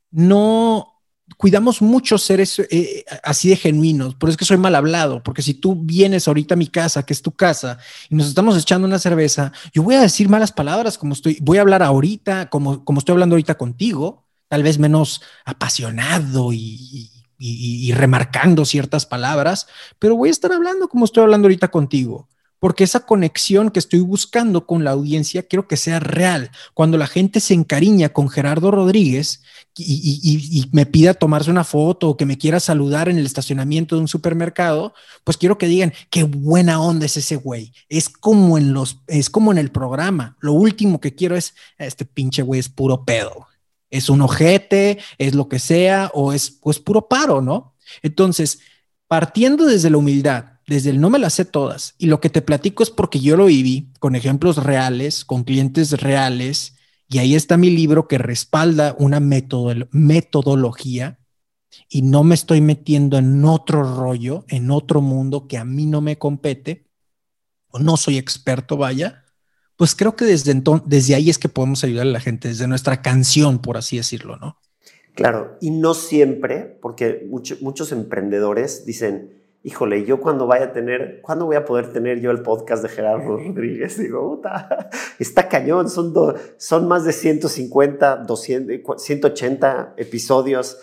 no cuidamos mucho ser así de genuinos. Por eso es que soy mal hablado, porque si tú vienes ahorita a mi casa, que es tu casa, y nos estamos echando una cerveza, yo voy a decir malas palabras voy a hablar ahorita, como estoy hablando ahorita contigo, tal vez menos apasionado y remarcando ciertas palabras, pero voy a estar hablando como estoy hablando ahorita contigo, porque esa conexión que estoy buscando con la audiencia quiero que sea real. Cuando la gente se encariña con Gerardo Rodríguez y me pida tomarse una foto o que me quiera saludar en el estacionamiento de un supermercado, pues quiero que digan qué buena onda es ese güey. Es como en el programa. Lo último que quiero es este pinche güey es puro pedo. Es un ojete, es lo que sea, o es pues puro paro, ¿no? Entonces, partiendo desde la humildad, desde el no me las sé todas, y lo que te platico es porque yo lo viví con ejemplos reales, con clientes reales, y ahí está mi libro que respalda una metodología y no me estoy metiendo en otro rollo, en otro mundo que a mí no me compete, o no soy experto, vaya, pues creo que desde ahí es que podemos ayudar a la gente, desde nuestra canción, por así decirlo, ¿no? Claro, y no siempre, porque muchos emprendedores dicen, híjole, yo ¿cuándo voy a poder tener yo el podcast de Gerardo Rodríguez? Digo, puta, está cañón, son más de 150, 200, 180 episodios.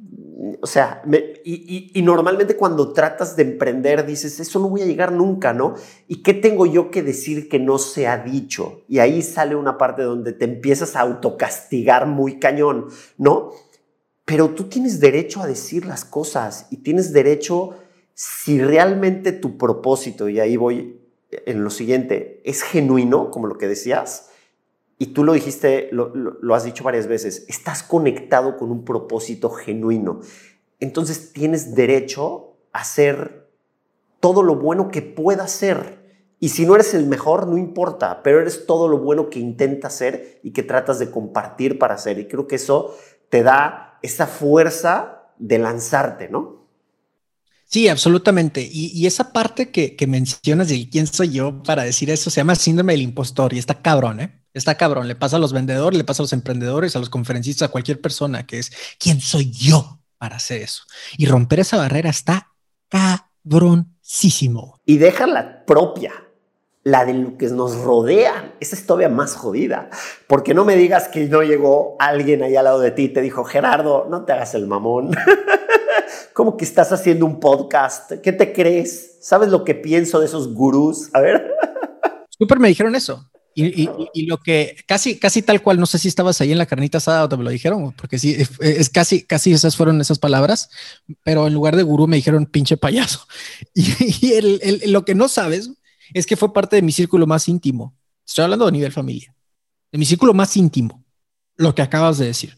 O sea, y normalmente cuando tratas de emprender dices, eso no voy a llegar nunca, ¿no? ¿Y qué tengo yo que decir que no se ha dicho? Y ahí sale una parte donde te empiezas a autocastigar muy cañón, ¿no? Pero tú tienes derecho a decir las cosas y tienes derecho, si realmente tu propósito, y ahí voy en lo siguiente, es genuino, como lo que decías, y tú lo dijiste, lo has dicho varias veces, estás conectado con un propósito genuino. Entonces tienes derecho a hacer todo lo bueno que puedas ser. Y si no eres el mejor, no importa, pero eres todo lo bueno que intentas ser y que tratas de compartir para hacer. Y creo que eso te da esa fuerza de lanzarte, ¿no? Sí, absolutamente. Y esa parte que mencionas de quién soy yo para decir eso se llama síndrome del impostor y está cabrón, ¿eh? Está cabrón. Le pasa a los vendedores, le pasa a los emprendedores, a los conferencistas, a cualquier persona que es quién soy yo para hacer eso. Y romper esa barrera está cabroncísimo. Y deja la propia, la de lo que nos rodean. Esa es todavía más jodida. Porque no me digas que no llegó alguien ahí al lado de ti y te dijo, Gerardo, no te hagas el mamón. ¿Cómo que estás haciendo un podcast? ¿Qué te crees? ¿Sabes lo que pienso de esos gurús? A ver. Súper me dijeron eso. Y lo que casi tal cual, no sé si estabas ahí en la carnita asada o te me lo dijeron, porque sí, es casi esas fueron esas palabras, pero en lugar de gurú me dijeron pinche payaso. Y lo que no sabes es que fue parte de mi círculo más íntimo. Estoy hablando de nivel familia, de mi círculo más íntimo, lo que acabas de decir.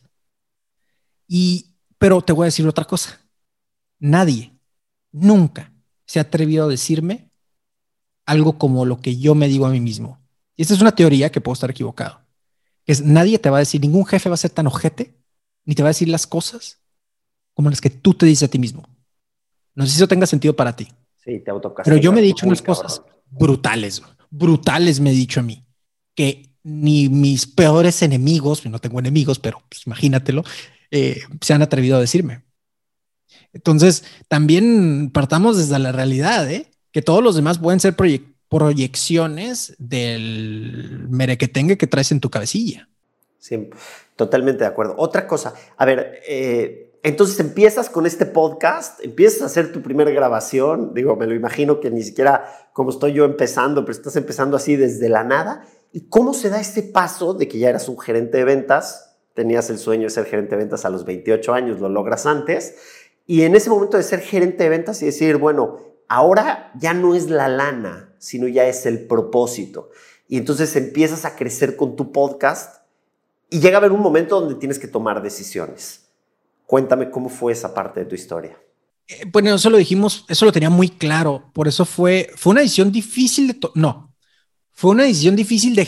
Pero te voy a decir otra cosa. Nadie nunca se ha atrevido a decirme algo como lo que yo me digo a mí mismo. Y esta es una teoría que puedo estar equivocado. Nadie te va a decir, ningún jefe va a ser tan ojete, ni te va a decir las cosas como las que tú te dices a ti mismo. No sé si eso tenga sentido para ti. Sí, te Pero yo me he autocastigas dicho muy unas cabrón. cosas brutales, brutales me he dicho a mí, que ni mis peores enemigos, no tengo enemigos, pero pues imagínatelo, se han atrevido a decirme. Entonces, también partamos desde la realidad, ¿eh? Que todos los demás pueden ser proyecciones del merequetengue que traes en tu cabecilla. Sí, totalmente de acuerdo. Otra cosa, a ver, entonces empiezas con este podcast, empiezas a hacer tu primera grabación, digo, me lo imagino que ni siquiera como estoy yo empezando, pero estás empezando así desde la nada. ¿Y cómo se da ese paso de que ya eras un gerente de ventas? Tenías el sueño de ser gerente de ventas a los 28 años, lo logras antes. Y en ese momento de ser gerente de ventas y decir, bueno, ahora ya no es la lana, sino ya es el propósito. Y entonces empiezas a crecer con tu podcast y llega a haber un momento donde tienes que tomar decisiones. Cuéntame cómo fue esa parte de tu historia. Bueno, eso lo dijimos, eso lo tenía muy claro. Por eso fue una decisión difícil no, fue una decisión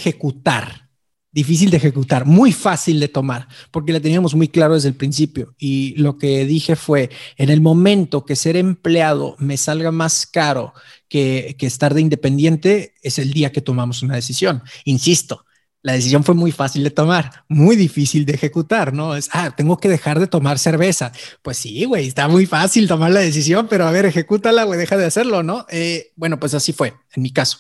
difícil de ejecutar, muy fácil de tomar, porque la teníamos muy claro desde el principio. Y lo que dije fue, en el momento que ser empleado me salga más caro que estar de independiente, es el día que tomamos una decisión. Insisto, la decisión fue muy fácil de tomar, muy difícil de ejecutar, ¿no? Tengo que dejar de tomar cerveza. Pues sí, güey, está muy fácil tomar la decisión, pero a ver, ejecútala, güey, deja de hacerlo, ¿no? Bueno, pues así fue, en mi caso.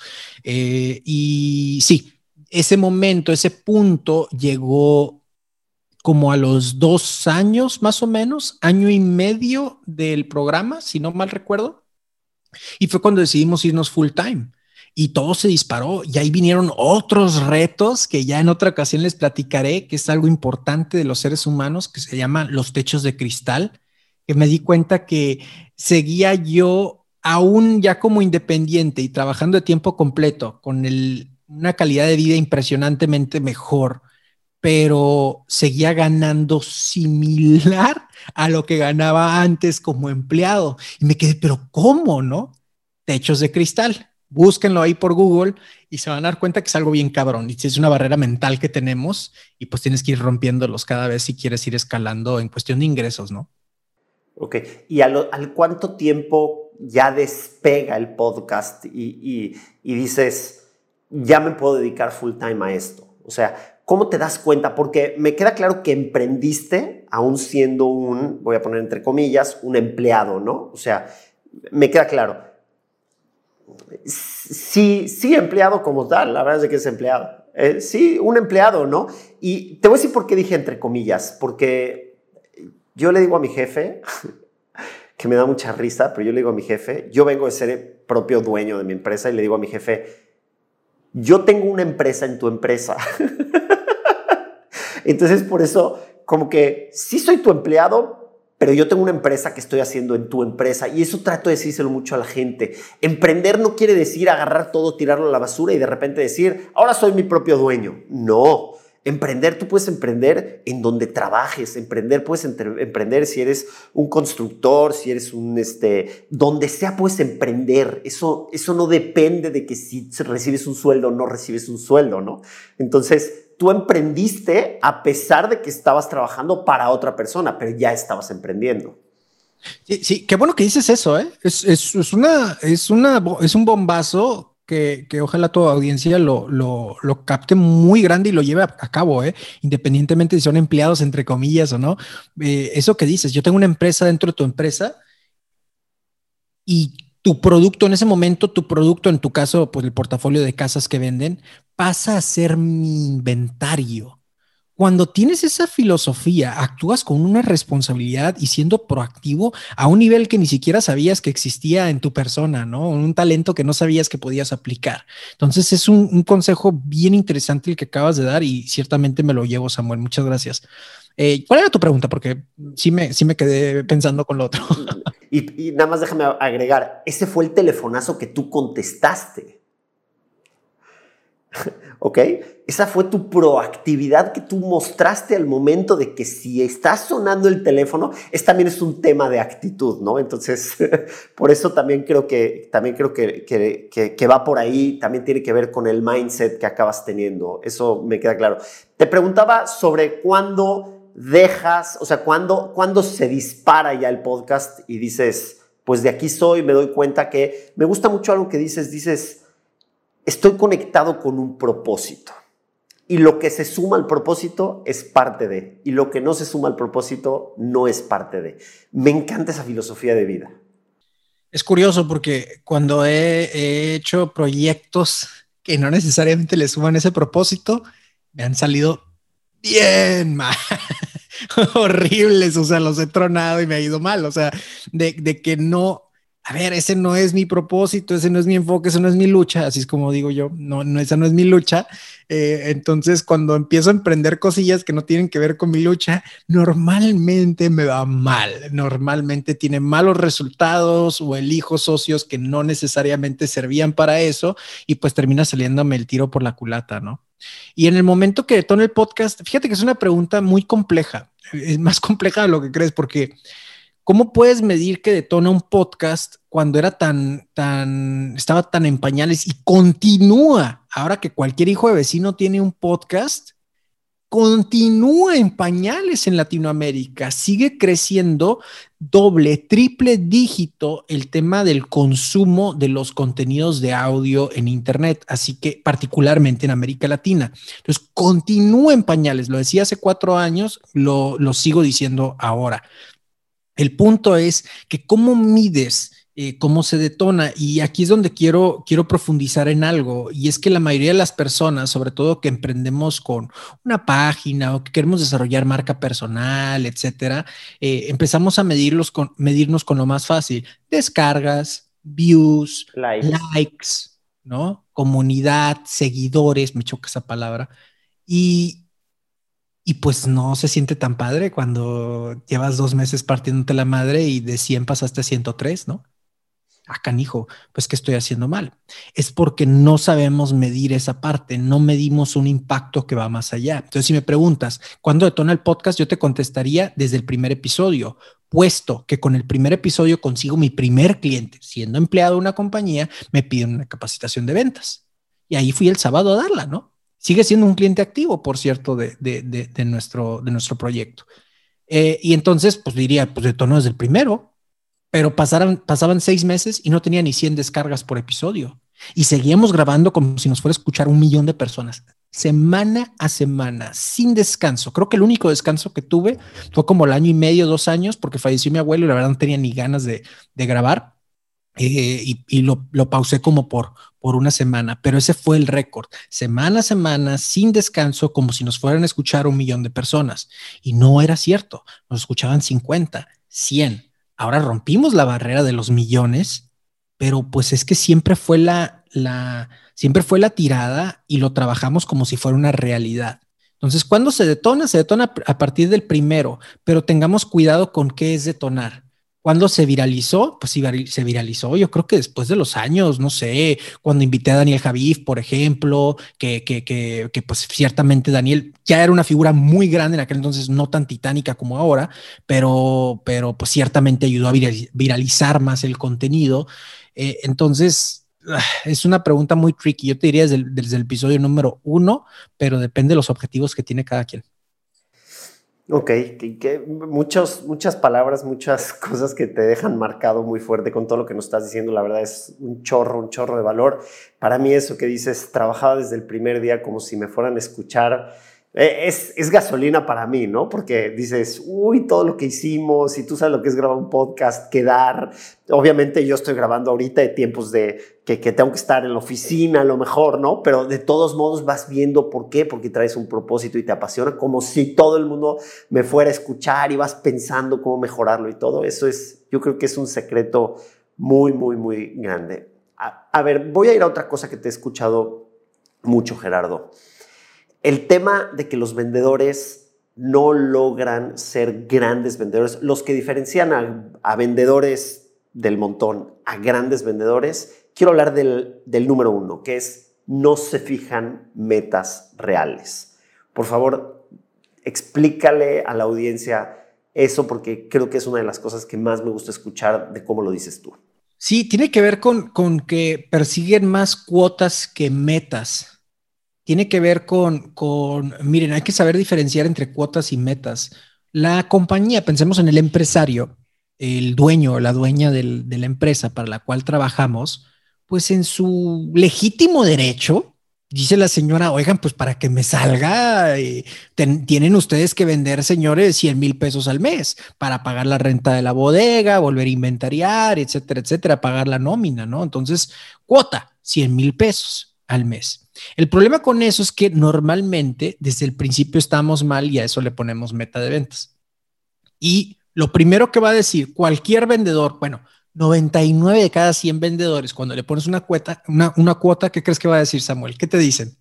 Y sí, ese momento, ese punto llegó como a los 2 años, más o menos, año y medio del programa, si no mal recuerdo. Y fue cuando decidimos irnos full time. Y todo se disparó y ahí vinieron otros retos que ya en otra ocasión les platicaré, que es algo importante de los seres humanos, que se llama los techos de cristal, que me di cuenta que seguía yo aún ya como independiente y trabajando de tiempo completo con una calidad de vida impresionantemente mejor, pero seguía ganando similar a lo que ganaba antes como empleado. Y me quedé, pero ¿cómo, no? Techos de cristal. Búsquenlo ahí por Google y se van a dar cuenta que es algo bien cabrón. Y es una barrera mental que tenemos y pues tienes que ir rompiéndolos cada vez si quieres ir escalando en cuestión de ingresos, ¿no? Ok, ¿y al cuánto tiempo ya despega el podcast y dices, ya me puedo dedicar full time a esto? O sea, ¿cómo te das cuenta? Porque me queda claro que emprendiste aún siendo voy a poner entre comillas, un empleado, ¿no? O sea, me queda claro. Sí, sí, empleado como tal, la verdad es que es empleado. Sí, un empleado, ¿no? Y te voy a decir por qué dije entre comillas, porque yo le digo a mi jefe, que me da mucha risa, pero yo le digo a mi jefe, yo vengo de ser el propio dueño de mi empresa y le digo a mi jefe, yo tengo una empresa en tu empresa. Entonces, por eso, como que sí soy tu empleado, pero yo tengo una empresa que estoy haciendo en tu empresa y eso trato de decírselo mucho a la gente. Emprender no quiere decir agarrar todo, tirarlo a la basura y de repente decir, ahora soy mi propio dueño. No. Emprender, tú puedes emprender en donde trabajes. Puedes emprender si eres un constructor, si eres donde sea puedes emprender. Eso no depende de que si recibes un sueldo o no recibes un sueldo, ¿no? Entonces, tú emprendiste a pesar de que estabas trabajando para otra persona, pero ya estabas emprendiendo. Sí, sí, qué bueno que dices eso, ¿eh? Es un bombazo que ojalá tu audiencia lo capte muy grande y lo lleve a cabo, ¿eh? Independientemente si son empleados, entre comillas, o no. Eso que dices, yo tengo una empresa dentro de tu empresa y tu producto en ese momento, tu producto, en tu caso, pues el portafolio de casas que venden, pasa a ser mi inventario. Cuando tienes esa filosofía, actúas con una responsabilidad y siendo proactivo a un nivel que ni siquiera sabías que existía en tu persona, ¿no? Un talento que no sabías que podías aplicar. Entonces es un consejo bien interesante el que acabas de dar y ciertamente me lo llevo, Samuel. Muchas gracias. ¿Cuál era tu pregunta? Porque sí me quedé pensando con lo otro. Y nada más déjame agregar, ese fue el telefonazo que tú contestaste. ¿Ok? Esa fue tu proactividad que tú mostraste al momento de que si está sonando el teléfono, también es un tema de actitud, ¿no? Entonces, por eso también creo que va por ahí, también tiene que ver con el mindset que acabas teniendo. Eso me queda claro. Te preguntaba sobre cuándo dejas, o sea, cuándo se dispara ya el podcast y dices, pues de aquí soy, me doy cuenta que me gusta mucho algo que dices, estoy conectado con un propósito. Y lo que se suma al propósito es parte de, y lo que no se suma al propósito no es parte de. Me encanta esa filosofía de vida. Es curioso porque cuando he hecho proyectos que no necesariamente le suman ese propósito, me han salido bien mal, horribles, o sea, los he tronado y me ha ido mal, o sea, de que no, a ver, ese no es mi propósito, ese no es mi enfoque, ese no es mi lucha, así es como digo yo, no, esa no es mi lucha. Entonces, cuando empiezo a emprender cosillas que no tienen que ver con mi lucha, normalmente me va mal, normalmente tiene malos resultados o elijo socios que no necesariamente servían para eso y pues termina saliéndome el tiro por la culata, ¿no? Y en el momento que detono el podcast, fíjate que es una pregunta muy compleja, es más compleja de lo que crees, porque ¿cómo puedes medir que detona un podcast cuando era estaba tan en pañales y continúa? Ahora que cualquier hijo de vecino tiene un podcast, continúa en pañales en Latinoamérica, sigue creciendo doble, triple dígito el tema del consumo de los contenidos de audio en Internet, así que particularmente en América Latina. Entonces, continúa en pañales, lo decía hace 4 años, lo sigo diciendo ahora. El punto es que cómo mides, cómo se detona. Y aquí es donde quiero profundizar en algo. Y es que la mayoría de las personas, sobre todo que emprendemos con una página o que queremos desarrollar marca personal, etcétera, empezamos a medirnos con lo más fácil. Descargas, views, likes, ¿no? Comunidad, seguidores, me choca esa palabra. Y, y pues no se siente tan padre cuando llevas 2 meses partiéndote la madre y de 100 pasaste a 103, ¿no? Ah, canijo, pues ¿qué estoy haciendo mal? Es porque no sabemos medir esa parte, no medimos un impacto que va más allá. Entonces, si me preguntas, ¿cuándo detona el podcast? Yo te contestaría desde el primer episodio, puesto que con el primer episodio consigo mi primer cliente. Siendo empleado de una compañía, me piden una capacitación de ventas. Y ahí fui el sábado a darla, ¿no? Sigue siendo un cliente activo, por cierto, de nuestro proyecto. Y entonces, pues diría, pues detonó desde el primero, pero pasaban 6 meses y no tenía ni 100 descargas por episodio. Y seguíamos grabando como si nos fuera a escuchar 1 millón de personas, semana a semana, sin descanso. Creo que el único descanso que tuve fue como el año y medio, 2 años, porque falleció mi abuelo y la verdad no tenía ni ganas de grabar. Y lo pausé como por una semana, pero ese fue el récord, semana a semana, sin descanso, como si nos fueran a escuchar 1 millón de personas. Y no era cierto, nos escuchaban 50, 100. Ahora rompimos la barrera de los millones, pero pues es que siempre fue la tirada y lo trabajamos como si fuera una realidad. Entonces, ¿cuándo se detona? Se detona a partir del primero, pero tengamos cuidado con qué es detonar. ¿Cuándo se viralizó? Pues se viralizó, yo creo que después de los años, no sé, cuando invité a Daniel Javif, por ejemplo, que pues ciertamente Daniel ya era una figura muy grande en aquel entonces, no tan titánica como ahora, pero pues ciertamente ayudó a viralizar más el contenido. Entonces, es una pregunta muy tricky. Yo te diría desde el episodio número 1, pero depende de los objetivos que tiene cada quien. Ok, muchas palabras, muchas cosas que te dejan marcado muy fuerte con todo lo que nos estás diciendo. La verdad es un chorro de valor. Para mí eso que dices, trabajaba desde el primer día como si me fueran a escuchar, es gasolina para mí, ¿no? Porque dices, uy, todo lo que hicimos, y tú sabes lo que es grabar un podcast, quedar. Obviamente yo estoy grabando ahorita de tiempos que tengo que estar en la oficina a lo mejor, ¿no? Pero de todos modos vas viendo por qué, porque traes un propósito y te apasiona, como si todo el mundo me fuera a escuchar y vas pensando cómo mejorarlo y todo. Eso yo creo que es un secreto muy grande. A ver, voy a ir a otra cosa que te he escuchado mucho, Gerardo. El tema de que los vendedores no logran ser grandes vendedores, los que diferencian a vendedores del montón a grandes vendedores, quiero hablar del número 1, que es no se fijan metas reales. Por favor, explícale a la audiencia eso, porque creo que es una de las cosas que más me gusta escuchar de cómo lo dices tú. Sí, tiene que ver con que persiguen más cuotas que metas. Tiene que ver miren, hay que saber diferenciar entre cuotas y metas. La compañía, pensemos en el empresario, el dueño o la dueña de la empresa para la cual trabajamos, pues en su legítimo derecho, dice la señora, oigan, pues para que me salga, tienen ustedes que vender, señores, 100,000 pesos al mes para pagar la renta de la bodega, volver a inventariar, etcétera, etcétera, pagar la nómina, ¿no? Entonces, cuota, 100,000 pesos al mes. El problema con eso es que normalmente desde el principio estamos mal y a eso le ponemos meta de ventas. Y lo primero que va a decir cualquier vendedor, bueno, 99 de cada 100 vendedores, cuando le pones una cuota, ¿qué crees que va a decir, Samuel? ¿Qué te dicen?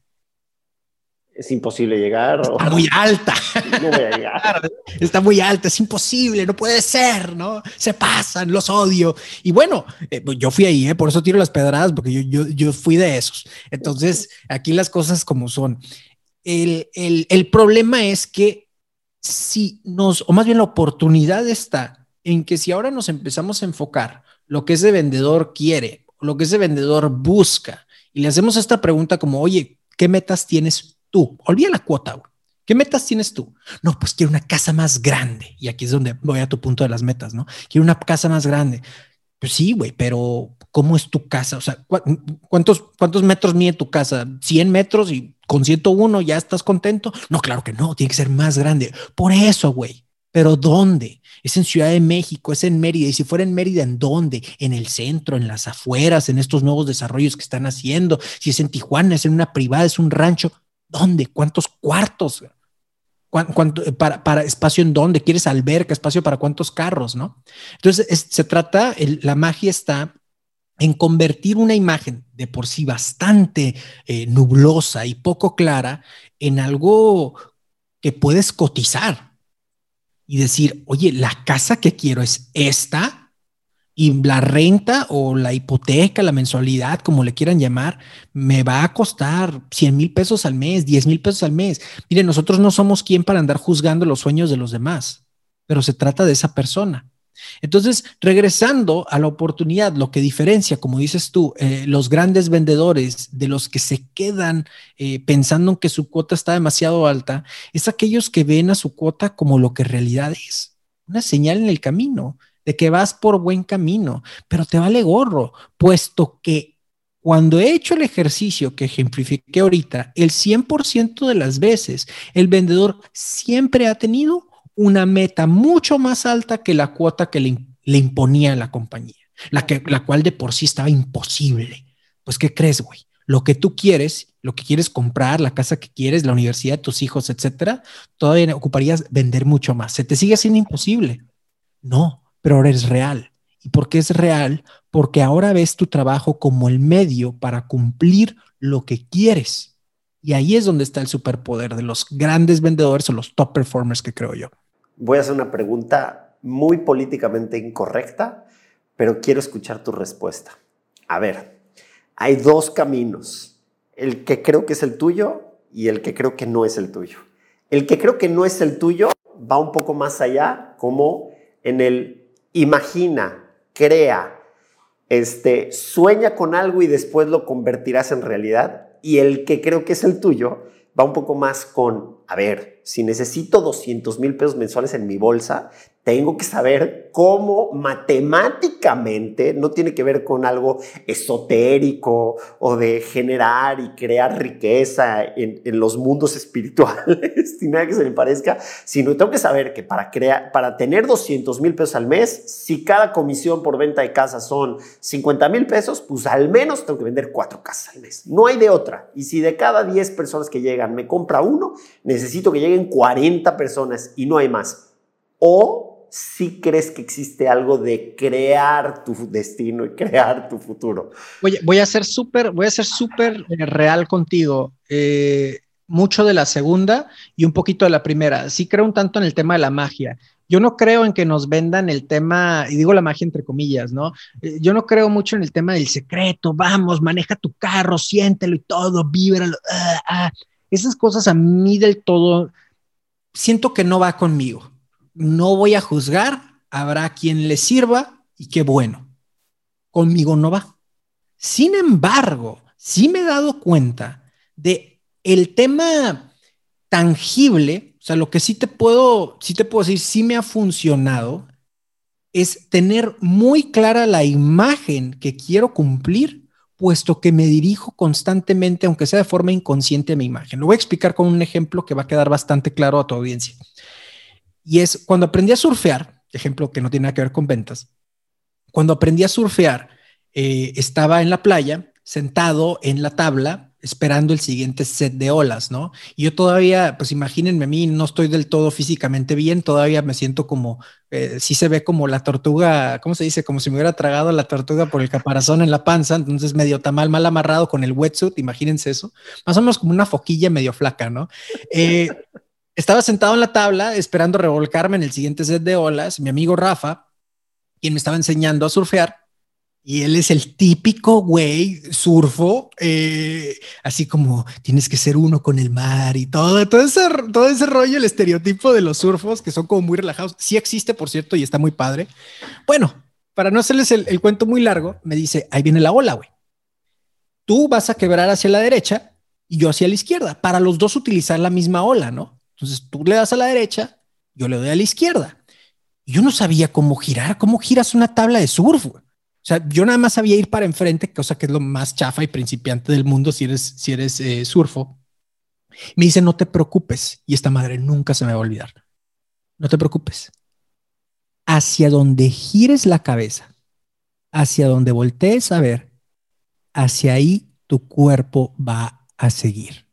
Es imposible llegar. Está muy alta. No voy a llegar. Está muy alta, es imposible, no puede ser, ¿no? Se pasan, los odio. Y bueno, pues yo fui ahí, por eso tiro las pedradas, porque yo fui de esos. Entonces, aquí las cosas como son. El problema es que si o más bien la oportunidad está en que si ahora nos empezamos a enfocar lo que ese vendedor quiere, lo que ese vendedor busca, y le hacemos esta pregunta como, oye, ¿qué metas tienes tú? Olvida la cuota, güey. ¿Qué metas tienes tú? No, pues quiero una casa más grande. Y aquí es donde voy a tu punto de las metas, ¿no? Quiero una casa más grande. Pues sí, güey, pero ¿cómo es tu casa? O sea, ¿cuántos metros mide tu casa? ¿100 metros y con 101 ya estás contento? No, claro que no, tiene que ser más grande. Por eso, güey. ¿Pero dónde? Es en Ciudad de México, es en Mérida. Y si fuera en Mérida, ¿en dónde? En el centro, en las afueras, en estos nuevos desarrollos que están haciendo. Si es en Tijuana, es en una privada, es un rancho. ¿Dónde? ¿Cuántos cuartos? ¿Para espacio en dónde? ¿Quieres alberca? ¿Espacio para cuántos carros? ¿No? Entonces, se trata, la magia está en convertir una imagen de por sí bastante nublosa y poco clara en algo que puedes cotizar y decir, oye, la casa que quiero es esta y la renta o la hipoteca, la mensualidad, como le quieran llamar, me va a costar 100,000 pesos al mes, 10,000 pesos al mes. Miren, nosotros no somos quien para andar juzgando los sueños de los demás, pero se trata de esa persona. Entonces, regresando a la oportunidad, lo que diferencia, como dices tú, los grandes vendedores de los que se quedan pensando que su cuota está demasiado alta, es aquellos que ven a su cuota como lo que en realidad es, una señal en el camino de que vas por buen camino, pero te vale gorro, puesto que cuando he hecho el ejercicio que ejemplifiqué ahorita, el 100% de las veces el vendedor siempre ha tenido una meta mucho más alta que la cuota que le imponía la compañía, la cual de por sí estaba imposible. Pues, ¿qué crees, güey? Lo que tú quieres, lo que quieres comprar, la casa que quieres, la universidad de tus hijos, etcétera, todavía ocuparías vender mucho más. Se te sigue haciendo imposible. No, pero ahora es real. ¿Y por qué es real? Porque ahora ves tu trabajo como el medio para cumplir lo que quieres. Y ahí es donde está el superpoder de los grandes vendedores o los top performers que creo yo. Voy a hacer una pregunta muy políticamente incorrecta, pero quiero escuchar tu respuesta. A ver, hay dos caminos, el que creo que es el tuyo y el que creo que no es el tuyo. El que creo que no es el tuyo va un poco más allá, como en el imagina, crea, sueña con algo y después lo convertirás en realidad. Y el que creo que es el tuyo va un poco más con, a ver, si necesito 200,000 pesos mensuales en mi bolsa, tengo que saber cómo matemáticamente, no tiene que ver con algo esotérico o de generar y crear riqueza en los mundos espirituales, ni nada que se le parezca, sino tengo que saber que para tener 200,000 pesos al mes, si cada comisión por venta de casa son 50,000 pesos, pues al menos tengo que vender 4 casas al mes. No hay de otra. Y si de cada 10 personas que llegan me compra uno, necesito que lleguen 40 personas y no hay más. O si crees que existe algo de crear tu destino y crear tu futuro. Voy a ser súper real contigo. Mucho de la segunda y un poquito de la primera. Sí creo un tanto en el tema de la magia. Yo no creo en que nos vendan el tema, y digo la magia entre comillas, ¿no? Yo no creo mucho en el tema del secreto, vamos, maneja tu carro, siéntelo y todo, víbralo. Esas cosas a mí del todo, siento que no va conmigo. No voy a juzgar, habrá quien le sirva y qué bueno. Conmigo no va. Sin embargo, sí me he dado cuenta de el tema tangible, o sea, lo que sí te puedo decir, sí me ha funcionado, es tener muy clara la imagen que quiero cumplir, puesto que me dirijo constantemente, aunque sea de forma inconsciente, a mi imagen. Lo voy a explicar con un ejemplo que va a quedar bastante claro a tu audiencia. Y es cuando aprendí a surfear, ejemplo que no tiene nada que ver con ventas. Cuando aprendí a surfear, estaba en la playa, sentado en la tabla, esperando el siguiente set de olas, ¿no? Y yo todavía, pues imagínense a mí, no estoy del todo físicamente bien, todavía me siento como, sí se ve como la tortuga, ¿cómo se dice? Como si me hubiera tragado la tortuga por el caparazón en la panza, entonces medio tamal, mal amarrado con el wetsuit, imagínense eso, más o menos como una foquilla medio flaca, ¿no? Estaba sentado en la tabla esperando revolcarme en el siguiente set de olas, mi amigo Rafa, quien me estaba enseñando a surfear, y él es el típico güey surfo, así como tienes que ser uno con el mar y todo ese rollo, el estereotipo de los surfos que son como muy relajados. Sí existe, por cierto, y está muy padre. Bueno, para no hacerles el cuento muy largo, me dice, ahí viene la ola, güey. Tú vas a quebrar hacia la derecha y yo hacia la izquierda, para los dos utilizar la misma ola, ¿no? Entonces tú le das a la derecha, yo le doy a la izquierda. Y yo no sabía cómo girar, cómo giras una tabla de surf, güey. O sea, yo nada más sabía ir para enfrente, cosa que es lo más chafa y principiante del mundo si eres surfo. Me dice, no te preocupes. Y esta madre nunca se me va a olvidar. No te preocupes. Hacia donde gires la cabeza, hacia donde voltees a ver, hacia ahí tu cuerpo va a seguir.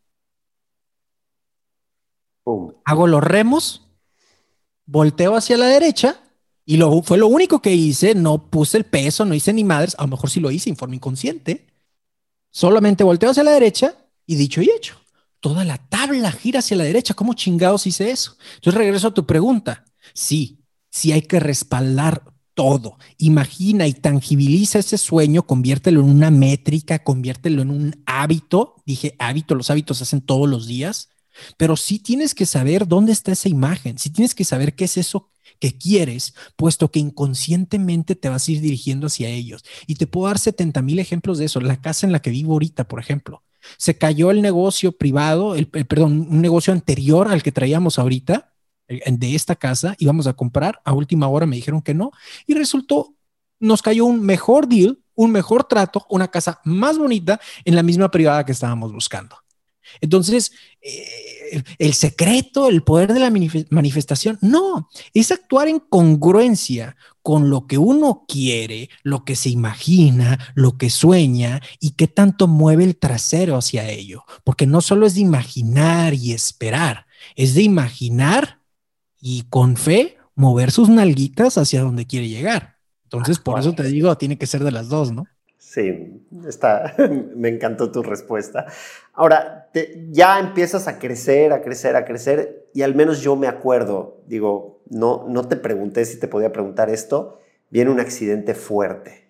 Hago los remos, volteo hacia la derecha y fue lo único que hice. No puse el peso, no hice ni madres. A lo mejor sí lo hice en forma inconsciente. Solamente volteo hacia la derecha y dicho y hecho. Toda la tabla gira hacia la derecha. ¿Cómo chingados hice eso? Entonces regreso a tu pregunta. Sí, sí hay que respaldar todo. Imagina y tangibiliza ese sueño, conviértelo en una métrica, conviértelo en un hábito. Dije hábito, los hábitos se hacen todos los días, pero sí tienes que saber dónde está esa imagen, sí tienes que saber qué es eso que quieres, puesto que inconscientemente te vas a ir dirigiendo hacia ellos. Y te puedo dar 70,000 ejemplos de eso. La casa en la que vivo ahorita, por ejemplo, se cayó el negocio privado, perdón, un negocio anterior al que traíamos ahorita, de esta casa, íbamos a comprar, a última hora me dijeron que no, y resultó, nos cayó un mejor deal, un mejor trato, una casa más bonita en la misma privada que estábamos buscando. Entonces, el secreto, el poder de la manifestación, no, es actuar en congruencia con lo que uno quiere, lo que se imagina, lo que sueña y qué tanto mueve el trasero hacia ello. Porque no solo es de imaginar y esperar, es de imaginar y con fe mover sus nalguitas hacia donde quiere llegar. Entonces, por eso te digo, tiene que ser de las dos, ¿no? Sí, me encantó tu respuesta. Ahora, ya empiezas a crecer, a crecer, a crecer, y al menos yo me acuerdo, digo, no te pregunté si te podía preguntar esto, viene un accidente fuerte.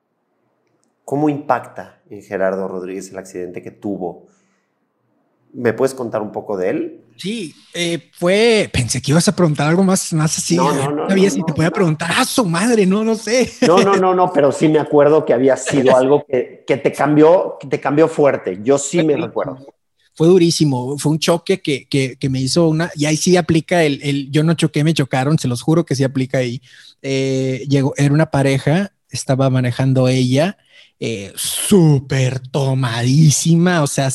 ¿Cómo impacta en Gerardo Rodríguez el accidente que tuvo? ¿Me puedes contar un poco de él? Sí, pensé que ibas a preguntar algo más así. No, sabía si te podía preguntar, su madre, no sé. No, pero sí me acuerdo que había sido algo que te cambió fuerte. Yo sí me recuerdo. Fue durísimo, fue un choque que me hizo y ahí sí aplica yo no choqué, me chocaron, se los juro que sí aplica ahí. Era una pareja, estaba manejando ella, súper tomadísima, o sea,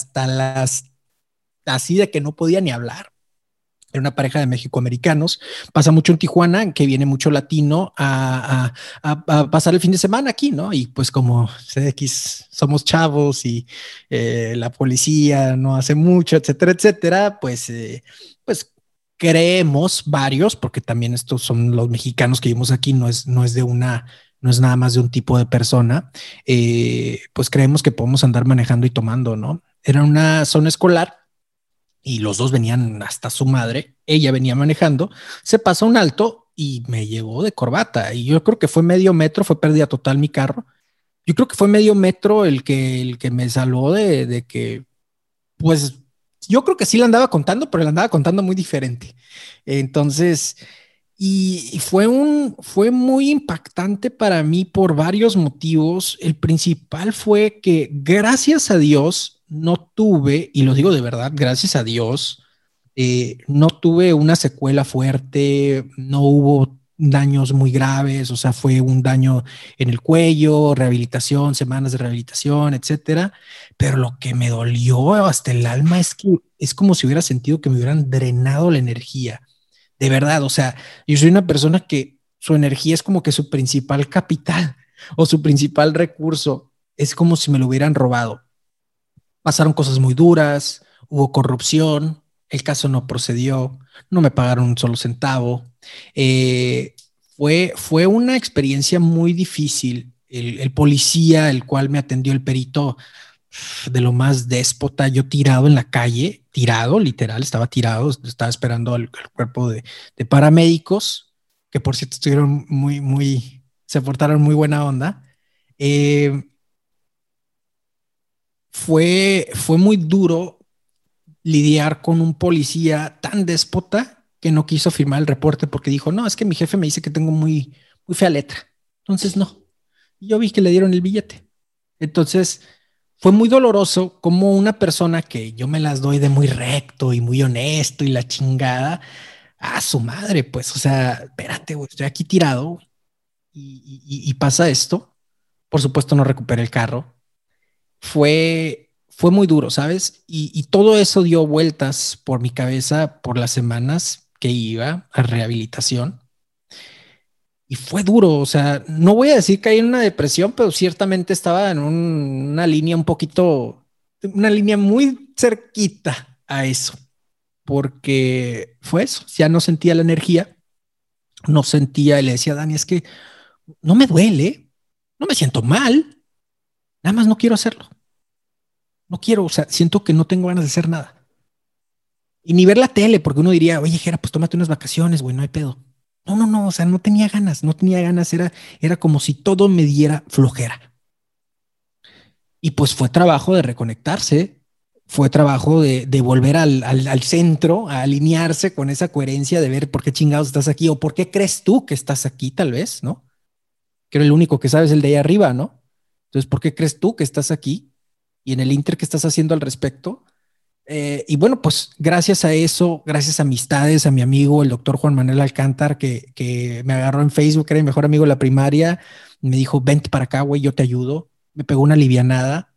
así de que no podía ni hablar. Era una pareja de mexicoamericanos. Pasa mucho en Tijuana, que viene mucho latino a pasar el fin de semana aquí, ¿no? Y pues como CDX somos chavos y la policía no hace mucho, etcétera, etcétera, pues creemos varios, porque también estos son los mexicanos que vivimos aquí, no es nada más de un tipo de persona, pues creemos que podemos andar manejando y tomando, ¿no? Era una zona escolar y los dos venían hasta su madre, ella venía manejando, se pasa un alto y me llevó de corbata, y yo creo que fue medio metro, fue pérdida total mi carro, yo creo que fue medio metro el que me salvó de que, pues, yo creo que sí la andaba contando, pero la andaba contando muy diferente. Entonces, y fue muy impactante para mí por varios motivos. El principal fue que gracias a Dios no tuve, y lo digo de verdad, gracias a Dios, no tuve una secuela fuerte, no hubo daños muy graves, o sea, fue un daño en el cuello, rehabilitación, semanas de rehabilitación, etcétera. Pero lo que me dolió hasta el alma es que es como si hubiera sentido que me hubieran drenado la energía. De verdad, o sea, yo soy una persona que su energía es como que su principal capital o su principal recurso. Es como si me lo hubieran robado. Pasaron cosas muy duras, hubo corrupción, el caso no procedió, no me pagaron un solo centavo. Eh, fue una experiencia muy difícil. El policía, el cual me atendió el perito, de lo más déspota, yo tirado en la calle, tirado, literal, estaba tirado, estaba esperando al cuerpo de paramédicos, que por cierto estuvieron se portaron muy buena onda. Eh, fue muy duro lidiar con un policía tan déspota que no quiso firmar el reporte porque dijo, no, es que mi jefe me dice que tengo muy fea letra. Entonces, no. Y yo vi que le dieron el billete. Entonces, fue muy doloroso como una persona que yo me las doy de muy recto y muy honesto y la chingada, a su madre, pues, o sea, espérate, güey, estoy aquí tirado y pasa esto. Por supuesto, no recuperé el carro. Fue muy duro, ¿sabes? Y todo eso dio vueltas por mi cabeza por las semanas que iba a rehabilitación. Y fue duro, o sea, no voy a decir que caí en una depresión, pero ciertamente estaba en una línea una línea muy cerquita a eso, porque fue eso, ya no sentía la energía, no sentía, y le decía a Dani, es que no me duele, no me siento mal, nada más no quiero hacerlo, no quiero, o sea, siento que no tengo ganas de hacer nada. Y ni ver la tele, porque uno diría, oye, Jera, pues tómate unas vacaciones, güey, no hay pedo. No, no, no, o sea, no tenía ganas, no tenía ganas, era como si todo me diera flojera. Y pues fue trabajo de reconectarse, fue trabajo de volver al centro, a alinearse con esa coherencia de ver por qué chingados estás aquí o por qué crees tú que estás aquí, tal vez, ¿no? Que el único que sabes es el de ahí arriba, ¿no? Entonces, ¿por qué crees tú que estás aquí? Y en el inter que estás haciendo al respecto. Y bueno, pues gracias a eso, gracias a amistades, a mi amigo, el doctor Juan Manuel Alcántar, que me agarró en Facebook, que era mi mejor amigo de la primaria, me dijo, vente para acá, güey, yo te ayudo. Me pegó una livianada,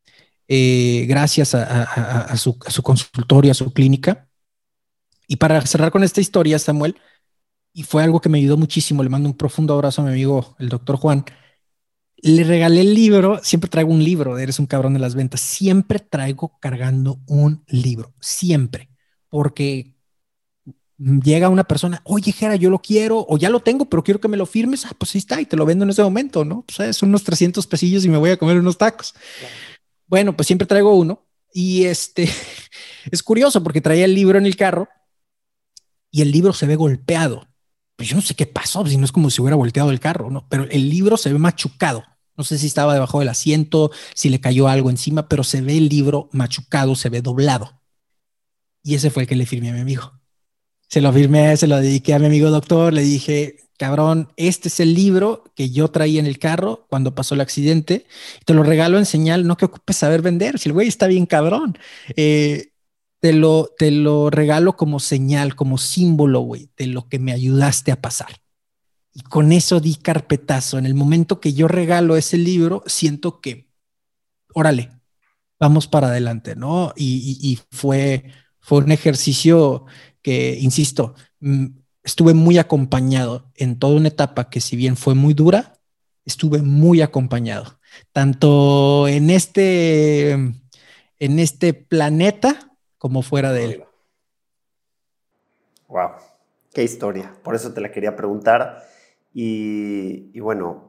gracias a su consultorio, a su clínica. Y para cerrar con esta historia, Samuel, y fue algo que me ayudó muchísimo, le mando un profundo abrazo a mi amigo, el doctor Juan. Le regalé el libro, siempre traigo un libro, eres un cabrón de las ventas, siempre traigo cargando un libro, siempre, porque llega una persona, oye, Jera, yo lo quiero, o ya lo tengo, pero quiero que me lo firmes, pues ahí está, y te lo vendo en ese momento, ¿no? Pues son unos 300 pesillos y me voy a comer unos tacos. Bueno, pues siempre traigo uno, y es curioso porque traía el libro en el carro, y el libro se ve golpeado. Pues yo no sé qué pasó, si no es como si hubiera volteado el carro, ¿no? Pero el libro se ve machucado. No sé si estaba debajo del asiento, si le cayó algo encima, pero se ve el libro machucado, se ve doblado. Y ese fue el que le firmé a mi amigo. Se lo firmé, se lo dediqué a mi amigo doctor, le dije, cabrón, este es el libro que yo traía en el carro cuando pasó el accidente, te lo regalo en señal, no que ocupes saber vender, si el güey está bien cabrón. Te lo regalo como señal, como símbolo, güey, de lo que me ayudaste a pasar. Y con eso di carpetazo. En el momento que yo regalo ese libro, siento que, órale, vamos para adelante, ¿no? Y fue un ejercicio que, insisto, estuve muy acompañado en toda una etapa que si bien fue muy dura, estuve muy acompañado, tanto en este planeta como fuera de él. Wow, qué historia. Por eso te la quería preguntar. Y bueno,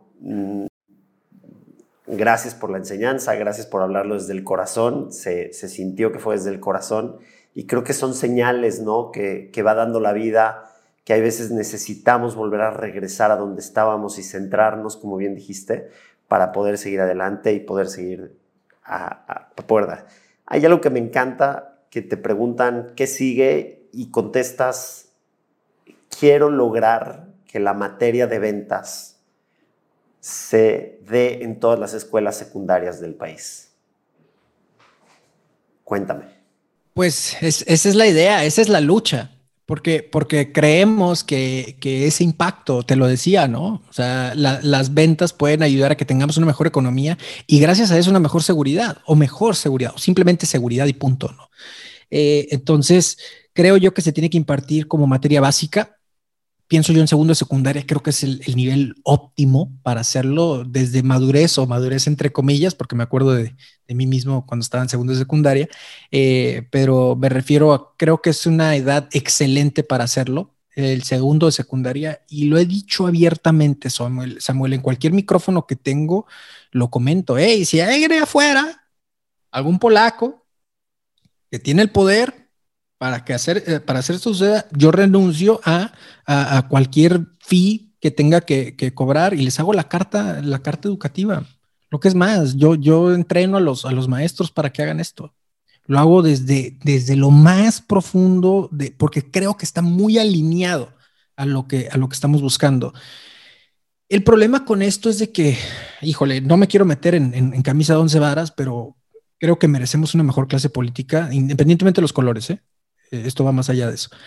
gracias por la enseñanza, gracias por hablarlo desde el corazón. Se sintió que fue desde el corazón. Y creo que son señales, ¿no? Que va dando la vida, que hay veces necesitamos volver a regresar a donde estábamos y centrarnos, como bien dijiste, para poder seguir adelante y poder seguir a poder dar. Hay algo que me encanta, que te preguntan qué sigue y contestas, quiero lograr que la materia de ventas se dé en todas las escuelas secundarias del país. Cuéntame. Pues esa es la idea, esa es la lucha, Porque creemos que ese impacto, te lo decía, ¿no? O sea, las ventas pueden ayudar a que tengamos una mejor economía y gracias a eso una mejor seguridad, o simplemente seguridad y punto, ¿no? Entonces, creo yo que se tiene que impartir como materia básica. Pienso yo en segundo de secundaria, creo que es el nivel óptimo para hacerlo desde madurez o madurez entre comillas, porque me acuerdo de mí mismo cuando estaba en segundo de secundaria, pero me refiero a, creo que es una edad excelente para hacerlo, el segundo de secundaria, y lo he dicho abiertamente, Samuel, en cualquier micrófono que tengo, lo comento, hey, si hay afuera algún polaco que tiene el poder para hacer esto suceda, yo renuncio a cualquier fee que tenga que cobrar y les hago la carta educativa. Lo que es más, yo entreno a los maestros para que hagan esto. Lo hago desde lo más profundo, porque creo que está muy alineado a lo que estamos buscando. El problema con esto es de que, híjole, no me quiero meter en camisa de once varas, pero creo que merecemos una mejor clase política, independientemente de los colores, ¿eh? Esto va más allá de eso.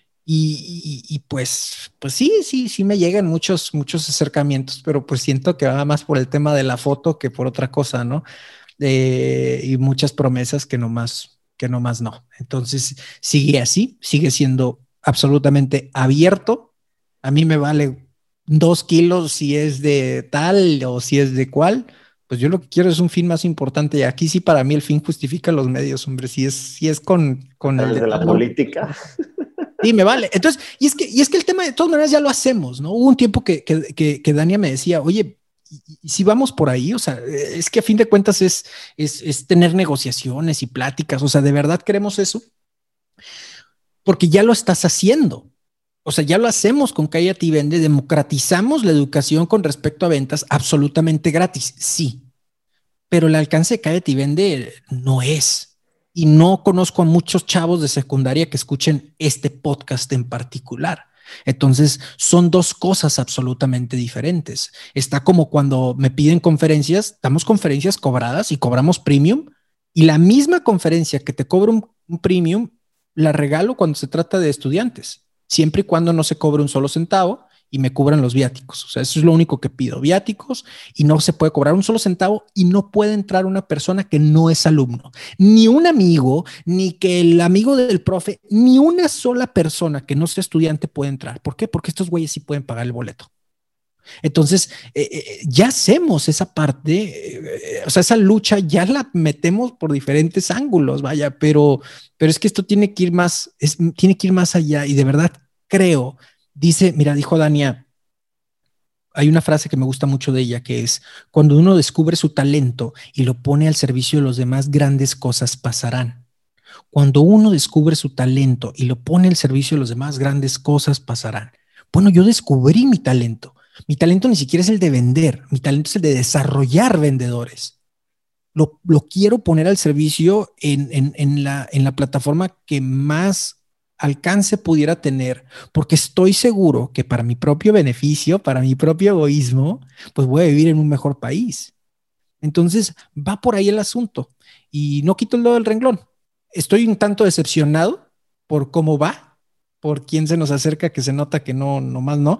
Pues sí me llegan muchos acercamientos, pero pues siento que va más por el tema de la foto que por otra cosa, ¿no? Y muchas promesas que nomás no. Entonces sigue así, sigue siendo absolutamente abierto. A mí me vale 2 kilos si es de tal o si es de cual. Pues yo lo que quiero es un fin más importante. Y aquí sí, para mí el fin justifica los medios, hombre. Si es con el de la política. Sí, me vale. Entonces, y es que el tema de todas maneras ya lo hacemos, ¿no? Hubo un tiempo que Dania me decía, oye, y si vamos por ahí, o sea, es que a fin de cuentas es tener negociaciones y pláticas, o sea, ¿de verdad queremos eso? Porque ya lo estás haciendo. O sea, ya lo hacemos con Cállate y Vende, democratizamos la educación con respecto a ventas absolutamente gratis, sí, pero el alcance de Cállate y Vende no es. Y no conozco a muchos chavos de secundaria que escuchen este podcast en particular. Entonces, son dos cosas absolutamente diferentes. Está como cuando me piden conferencias, damos conferencias cobradas y cobramos premium, y la misma conferencia que te cobra un premium, la regalo cuando se trata de estudiantes, siempre y cuando no se cobre un solo centavo y me cubran los viáticos. O sea, eso es lo único que pido, viáticos, y no se puede cobrar un solo centavo y no puede entrar una persona que no es alumno, ni un amigo, ni que el amigo del profe, ni una sola persona que no sea estudiante puede entrar. ¿Por qué? Porque estos güeyes sí pueden pagar el boleto. Entonces, ya hacemos esa parte, o sea, esa lucha ya la metemos por diferentes ángulos, vaya, pero es que esto tiene que ir más, tiene que ir más allá y de verdad creo, dijo Dania, hay una frase que me gusta mucho de ella que es, cuando uno descubre su talento y lo pone al servicio de los demás, grandes cosas pasarán. Cuando uno descubre su talento y lo pone al servicio de los demás, grandes cosas pasarán. Bueno, yo descubrí mi talento. Mi talento ni siquiera es el de vender, mi talento es el de desarrollar vendedores. Lo quiero poner al servicio en la plataforma que más alcance pudiera tener, porque estoy seguro que para mi propio beneficio, para mi propio egoísmo, pues voy a vivir en un mejor país. Entonces, va por ahí el asunto. Y no quito el dedo del renglón. Estoy un tanto decepcionado por cómo va, por quién se nos acerca, que se nota que no, nomás no,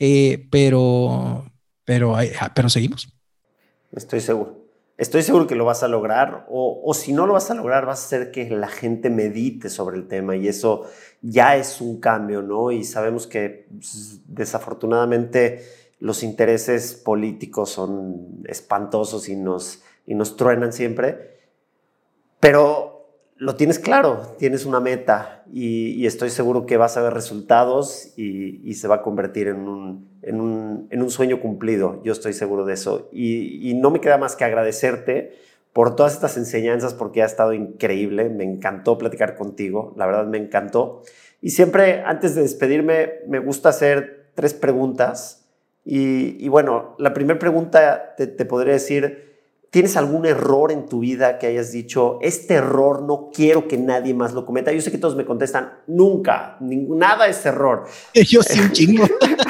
pero seguimos. Estoy seguro. Estoy seguro que lo vas a lograr o si no lo vas a lograr, vas a hacer que la gente medite sobre el tema y eso ya es un cambio, ¿no? Y sabemos que desafortunadamente los intereses políticos son espantosos y nos truenan siempre, pero lo tienes claro, tienes una meta y estoy seguro que vas a ver resultados y se va a convertir en un sueño cumplido. Yo estoy seguro de eso y no me queda más que agradecerte por todas estas enseñanzas porque ha estado increíble. Me encantó platicar contigo, la verdad me encantó. Y siempre antes de despedirme me gusta hacer 3 preguntas y bueno, la primera pregunta te podría decir, ¿tienes algún error en tu vida que hayas dicho, este error no quiero que nadie más lo cometa? Yo sé que todos me contestan, nunca, nada es error. Yo sí un chingo.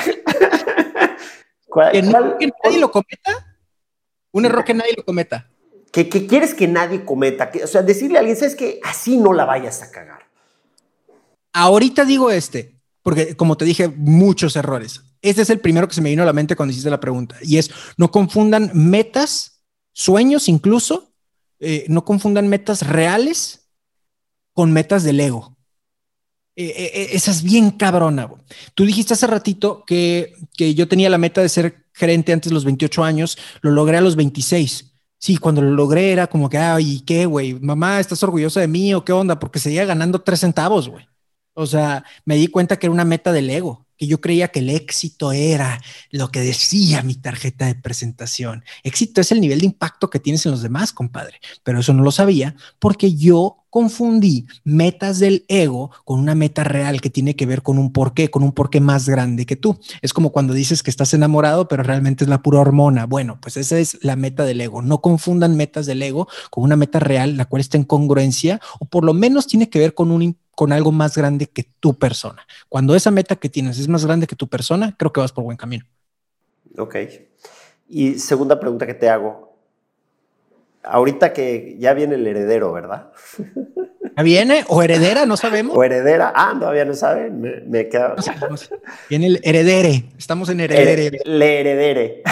¿Que nadie lo cometa? Un error que nadie lo cometa. ¿Que quieres que nadie cometa? O sea, decirle a alguien, ¿sabes qué? Así no la vayas a cagar. Ahorita digo porque como te dije, muchos errores. Este es el primero que se me vino a la mente cuando hiciste la pregunta y es, no confundan metas, sueños incluso, no confundan metas reales con metas del ego. Esa es bien cabrona. Bro. Tú dijiste hace ratito que yo tenía la meta de ser gerente antes de los 28 años, lo logré a los 26. Sí, cuando lo logré era como que, ay, ¿qué, güey? Mamá, ¿estás orgullosa de mí o qué onda? Porque seguía ganando 3 centavos, güey. O sea, me di cuenta que era una meta del ego, que yo creía que el éxito era lo que decía mi tarjeta de presentación. Éxito es el nivel de impacto que tienes en los demás, compadre. Pero eso no lo sabía porque yo confundí metas del ego con una meta real que tiene que ver con un porqué más grande que tú. Es como cuando dices que estás enamorado, pero realmente es la pura hormona. Bueno, pues esa es la meta del ego. No confundan metas del ego con una meta real, la cual está en congruencia o por lo menos tiene que ver con algo más grande que tu persona. Cuando esa meta que tienes es más grande que tu persona, creo que vas por buen camino. Ok. Y segunda pregunta que te hago. Ahorita que ya viene el heredero, ¿verdad? ¿Ya viene? ¿O heredera? No sabemos. ¿O heredera? Ah, todavía no saben. Me queda... No sabemos. Viene el heredere. Estamos en heredere. Le heredere.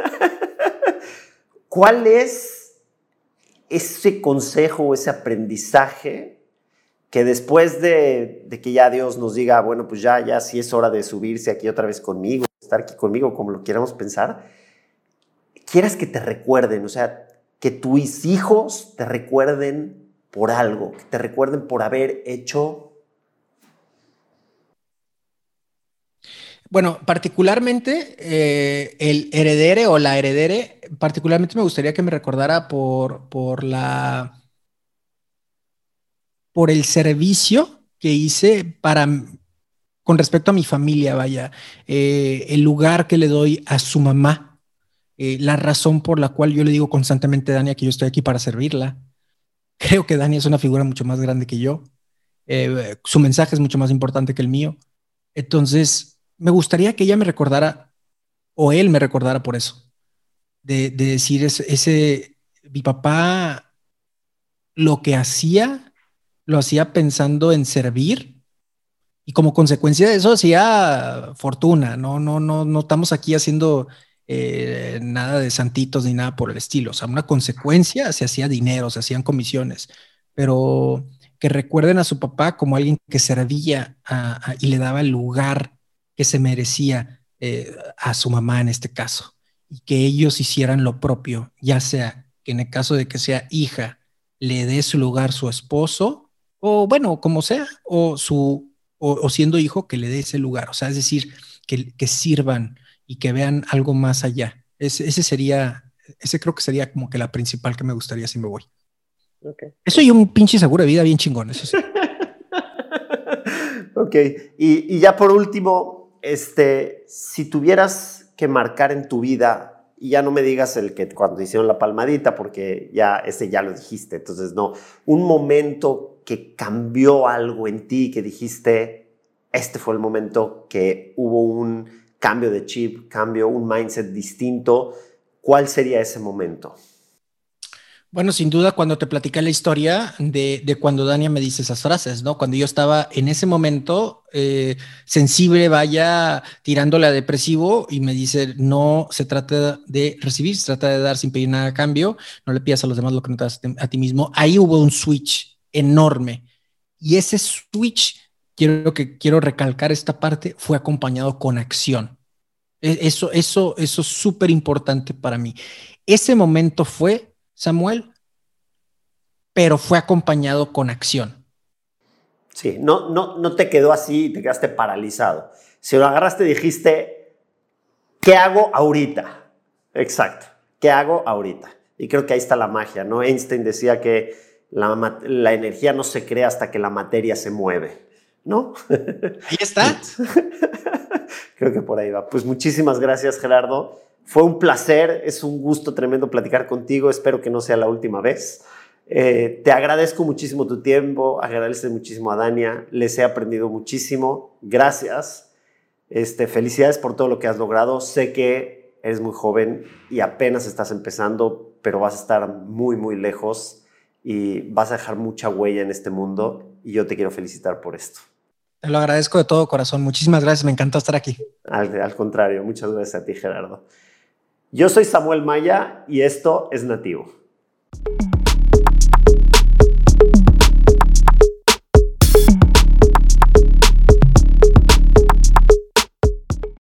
¿Cuál es ese consejo o ese aprendizaje que después de que ya Dios nos diga, bueno, pues ya sí es hora de subirse aquí otra vez conmigo, estar aquí conmigo, como lo quieramos pensar, quieras que te recuerden, o sea, que tus hijos te recuerden por algo, que te recuerden por haber hecho? Bueno, particularmente el heredere o la heredere, particularmente me gustaría que me recordara por el servicio que hice con respecto a mi familia, vaya, el lugar que le doy a su mamá, la razón por la cual yo le digo constantemente a Dania que yo estoy aquí para servirla. Creo que Dania es una figura mucho más grande que yo. Su mensaje es mucho más importante que el mío. Entonces, me gustaría que ella me recordara o él me recordara por eso, de decir mi papá lo que hacía, lo hacía pensando en servir y como consecuencia de eso hacía fortuna. No estamos aquí haciendo nada de santitos ni nada por el estilo. O sea, una consecuencia se hacía dinero, se hacían comisiones, pero que recuerden a su papá como alguien que servía y le daba el lugar que se merecía a su mamá en este caso, y que ellos hicieran lo propio, ya sea que en el caso de que sea hija, le dé su lugar su esposo, o bueno, como sea, o siendo hijo, que le dé ese lugar. O sea, es decir, que sirvan y que vean algo más allá. Ese creo que sería como que la principal que me gustaría si me voy. Okay. Eso y un pinche seguro de vida bien chingón, eso sí. Ok, y ya por último, si tuvieras que marcar en tu vida, y ya no me digas el que cuando hicieron la palmadita, porque ese ya lo dijiste, entonces no, un momento que cambió algo en ti, que dijiste, este fue el momento que hubo un cambio de chip, un mindset distinto, ¿cuál sería ese momento? Bueno, sin duda, cuando te platicé la historia de cuando Dania me dice esas frases, ¿no? Cuando yo estaba en ese momento sensible, vaya, tirándole a depresivo y me dice, no se trata de recibir, se trata de dar sin pedir nada a cambio, no le pidas a los demás lo que no te das a ti mismo. Ahí hubo un switch enorme y ese switch, quiero recalcar esta parte, fue acompañado con acción. Eso es súper importante para mí. Ese momento fue, Samuel, pero fue acompañado con acción. Sí, no te quedó así y te quedaste paralizado. Si lo agarraste y dijiste, ¿qué hago ahorita? Exacto, ¿qué hago ahorita? Y creo que ahí está la magia, ¿no? Einstein decía que la energía no se crea hasta que la materia se mueve, ¿no? Ahí está. Creo que por ahí va. Pues muchísimas gracias, Gerardo. Fue un placer, es un gusto tremendo platicar contigo. Espero que no sea la última vez. Te agradezco muchísimo tu tiempo, agradezco muchísimo a Dania, les he aprendido muchísimo. Gracias. Felicidades por todo lo que has logrado. Sé que eres muy joven y apenas estás empezando, pero vas a estar muy, muy lejos y vas a dejar mucha huella en este mundo y yo te quiero felicitar por esto. Te lo agradezco de todo corazón. Muchísimas gracias. Me encantó estar aquí. Al contrario, muchas gracias a ti, Gerardo. Yo soy Samuel Maya y esto es Nativo.